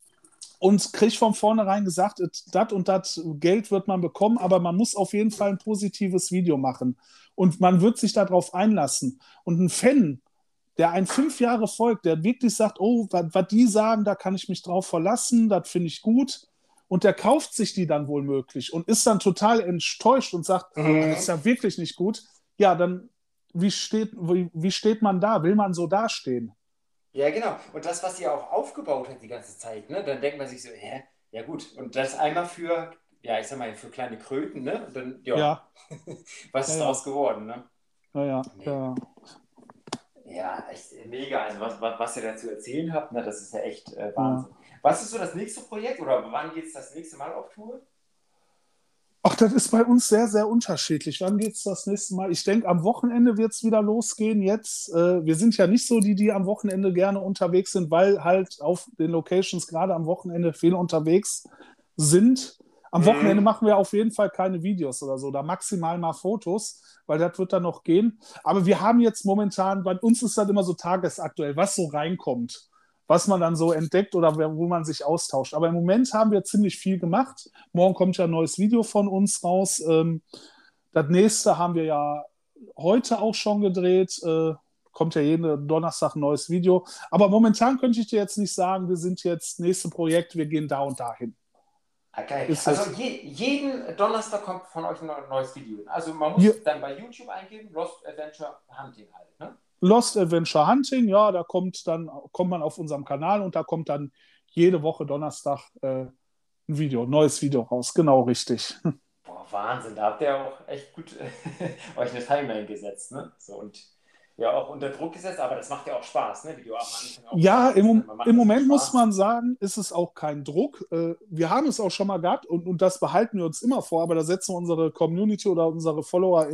und kriege von vornherein gesagt, das und das Geld wird man bekommen, aber man muss auf jeden Fall ein positives Video machen. Und man wird sich darauf einlassen. Und ein Fan, der einen 5 Jahre folgt, der wirklich sagt, oh, was die sagen, da kann ich mich drauf verlassen, das finde ich gut. Und der kauft sich die dann wohl möglich und ist dann total enttäuscht und sagt, das ist ja wirklich nicht gut. Ja, dann wie steht man da? Will man so dastehen? Ja, genau. Und das, was ihr auch aufgebaut habt die ganze Zeit, ne, dann denkt man sich so, ja gut. Und das einmal für, ja, ich sag mal, für kleine Kröten, ne? Und dann, Ja. Was ist daraus geworden, ne? Ja. Ja, echt mega. Also was ihr dazu erzählen habt, ne, das ist ja echt Wahnsinn. Ja. Was ist so das nächste Projekt oder wann geht es das nächste Mal auf Tour? Ach, das ist bei uns sehr, sehr unterschiedlich. Wann geht es das nächste Mal? Ich denke, am Wochenende wird es wieder losgehen. Jetzt, wir sind ja nicht so die am Wochenende gerne unterwegs sind, weil halt auf den Locations gerade am Wochenende viel unterwegs sind. Am Wochenende machen wir auf jeden Fall keine Videos oder so, da maximal mal Fotos, weil das wird dann noch gehen. Aber wir haben jetzt momentan, bei uns ist das immer so tagesaktuell, was so reinkommt, was man dann so entdeckt oder wo man sich austauscht. Aber im Moment haben wir ziemlich viel gemacht. Morgen kommt ja ein neues Video von uns raus. Das nächste haben wir ja heute auch schon gedreht. Kommt ja jeden Donnerstag ein neues Video. Aber momentan könnte ich dir jetzt nicht sagen, wir sind jetzt nächste Projekt, wir gehen da und dahin. Okay. Also jeden Donnerstag kommt von euch ein neues Video. Also man muss dann bei YouTube eingeben, Lost Adventure Hunting halt, ne? Lost Adventure Hunting, ja, da kommt man auf unserem Kanal und da kommt dann jede Woche Donnerstag ein neues Video raus. Genau, richtig. Boah, Wahnsinn, da habt ihr auch echt gut euch eine Timeline gesetzt, ne? So, und ja, auch unter Druck gesetzt, aber das macht ja auch Spaß, ne? Wie du am Anfang auch ja, im Moment Spaß. muss man sagen, ist es auch kein Druck. Wir haben es auch schon mal gehabt und das behalten wir uns immer vor, aber da setzen wir unsere Community oder unsere Follower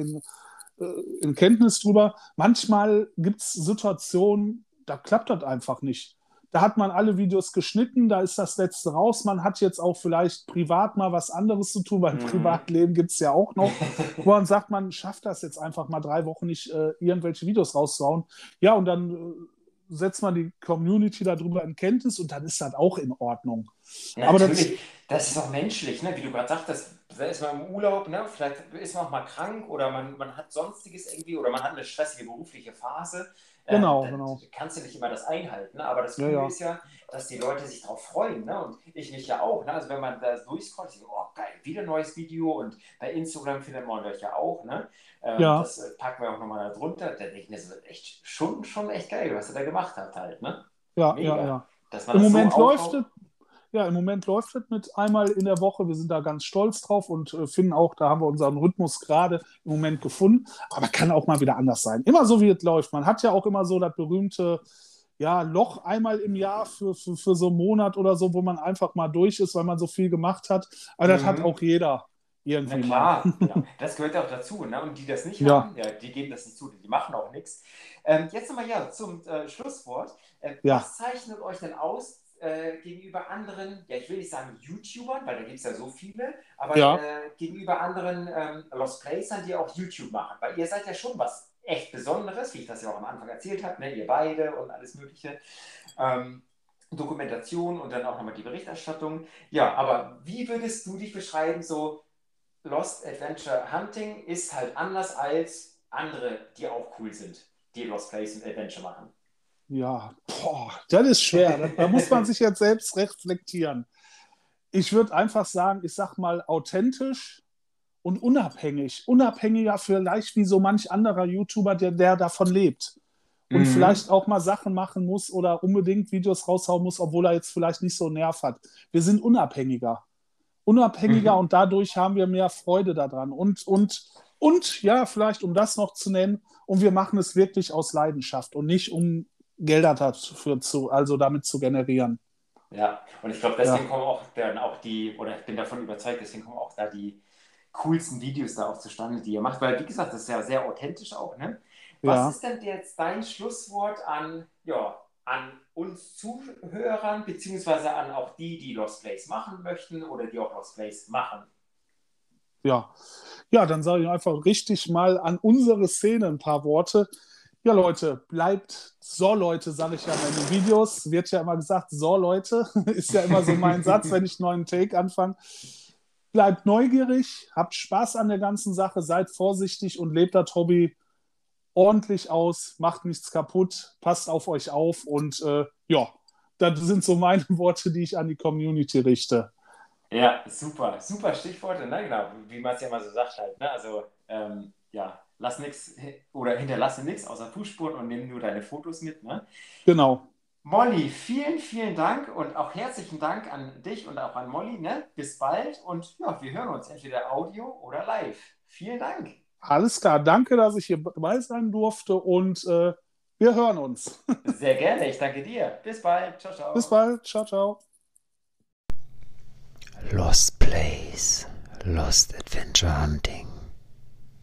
in Kenntnis drüber. Manchmal gibt es Situationen, da klappt das einfach nicht. Da hat man alle Videos geschnitten, da ist das letzte raus. Man hat jetzt auch vielleicht privat mal was anderes zu tun, weil Privatleben gibt es ja auch noch, wo man sagt, man schafft das jetzt einfach mal 3 Wochen nicht, irgendwelche Videos rauszuhauen. Ja, und dann setzt man die Community darüber in Kenntnis und dann ist das auch in Ordnung. Natürlich, aber das ist auch menschlich, ne? Wie du gerade sagtest, da ist man im Urlaub, ne? Vielleicht ist man auch mal krank oder man hat Sonstiges irgendwie oder man hat eine stressige berufliche Phase. Genau. Kannst du nicht immer das einhalten, ne? Aber das Coole ist ja, dass die Leute sich darauf freuen, ne? Und ich mich ja auch, ne? Also wenn man da durchscrollt, ich denke, oh geil, wieder ein neues Video und bei Instagram findet man euch ja auch, ne? Das packen wir auch nochmal da drunter. Da denke ich mir, das ist echt schon echt geil, was ihr da gemacht habt halt, ne? Ja. Dass man Im Moment läuft es mit einmal in der Woche. Wir sind da ganz stolz drauf und finden auch, da haben wir unseren Rhythmus gerade im Moment gefunden. Aber kann auch mal wieder anders sein. Immer so, wie es läuft. Man hat ja auch immer so das berühmte Loch einmal im Jahr für so einen Monat oder so, wo man einfach mal durch ist, weil man so viel gemacht hat. Aber das hat auch jeder irgendwie. Na klar, genau. Das gehört auch dazu. Ne? Und die das nicht haben, die geben das nicht zu. Die machen auch nichts. Jetzt nochmal zum Schlusswort. Was zeichnet euch denn aus gegenüber anderen, ja, ich will nicht sagen YouTubern, weil da gibt es ja so viele, aber Ja. gegenüber anderen Lost Placern, die auch YouTube machen? Weil ihr seid ja schon was echt Besonderes, wie ich das ja auch am Anfang erzählt habe, ne? Ihr beide und alles Mögliche. Dokumentation und dann auch nochmal die Berichterstattung. Ja, aber wie würdest du dich beschreiben, so Lost Adventure Hunting ist halt anders als andere, die auch cool sind, die Lost Place und Adventure machen. Ja, boah, das ist schwer. Da muss man sich jetzt selbst reflektieren. Ich würde einfach sagen, ich sag mal authentisch und unabhängig. Unabhängiger vielleicht wie so manch anderer YouTuber, der davon lebt. Und vielleicht auch mal Sachen machen muss oder unbedingt Videos raushauen muss, obwohl er jetzt vielleicht nicht so einen Nerv hat. Wir sind unabhängiger. Unabhängiger und dadurch haben wir mehr Freude daran. Und ja, vielleicht um das noch zu nennen, und wir machen es wirklich aus Leidenschaft und nicht um Gelder also damit zu generieren. Ja, und ich glaube, deswegen kommen auch dann auch oder ich bin davon überzeugt, deswegen kommen auch da die coolsten Videos da auch zustande, die ihr macht, weil wie gesagt, das ist ja sehr authentisch auch, ne? Was ist denn jetzt dein Schlusswort an uns Zuhörern, beziehungsweise an auch die Lost Place machen möchten oder die auch Lost Place machen? Ja, dann sage ich einfach richtig mal an unsere Szene ein paar Worte. Ja, Leute, bleibt so, Leute, sage ich ja in den Videos. Wird ja immer gesagt, so, Leute, ist ja immer so mein Satz, wenn ich einen neuen Take anfange. Bleibt neugierig, habt Spaß an der ganzen Sache, seid vorsichtig und lebt das Hobby ordentlich aus, macht nichts kaputt, passt auf euch auf und das sind so meine Worte, die ich an die Community richte. Ja, super, super Stichworte, ne? Genau, wie man es ja immer so sagt halt, ne? Also, lass nichts oder hinterlasse nichts außer Fußspuren und nimm nur deine Fotos mit, ne? Genau. Molly, vielen, vielen Dank und auch herzlichen Dank an dich und auch an Molly, ne? Bis bald und ja, wir hören uns entweder Audio oder live. Vielen Dank. Alles klar, danke, dass ich hier dabei sein durfte und wir hören uns. Sehr gerne, ich danke dir. Bis bald, ciao, ciao. Bis bald, ciao, ciao. Lost Place, Lost Adventure Hunting.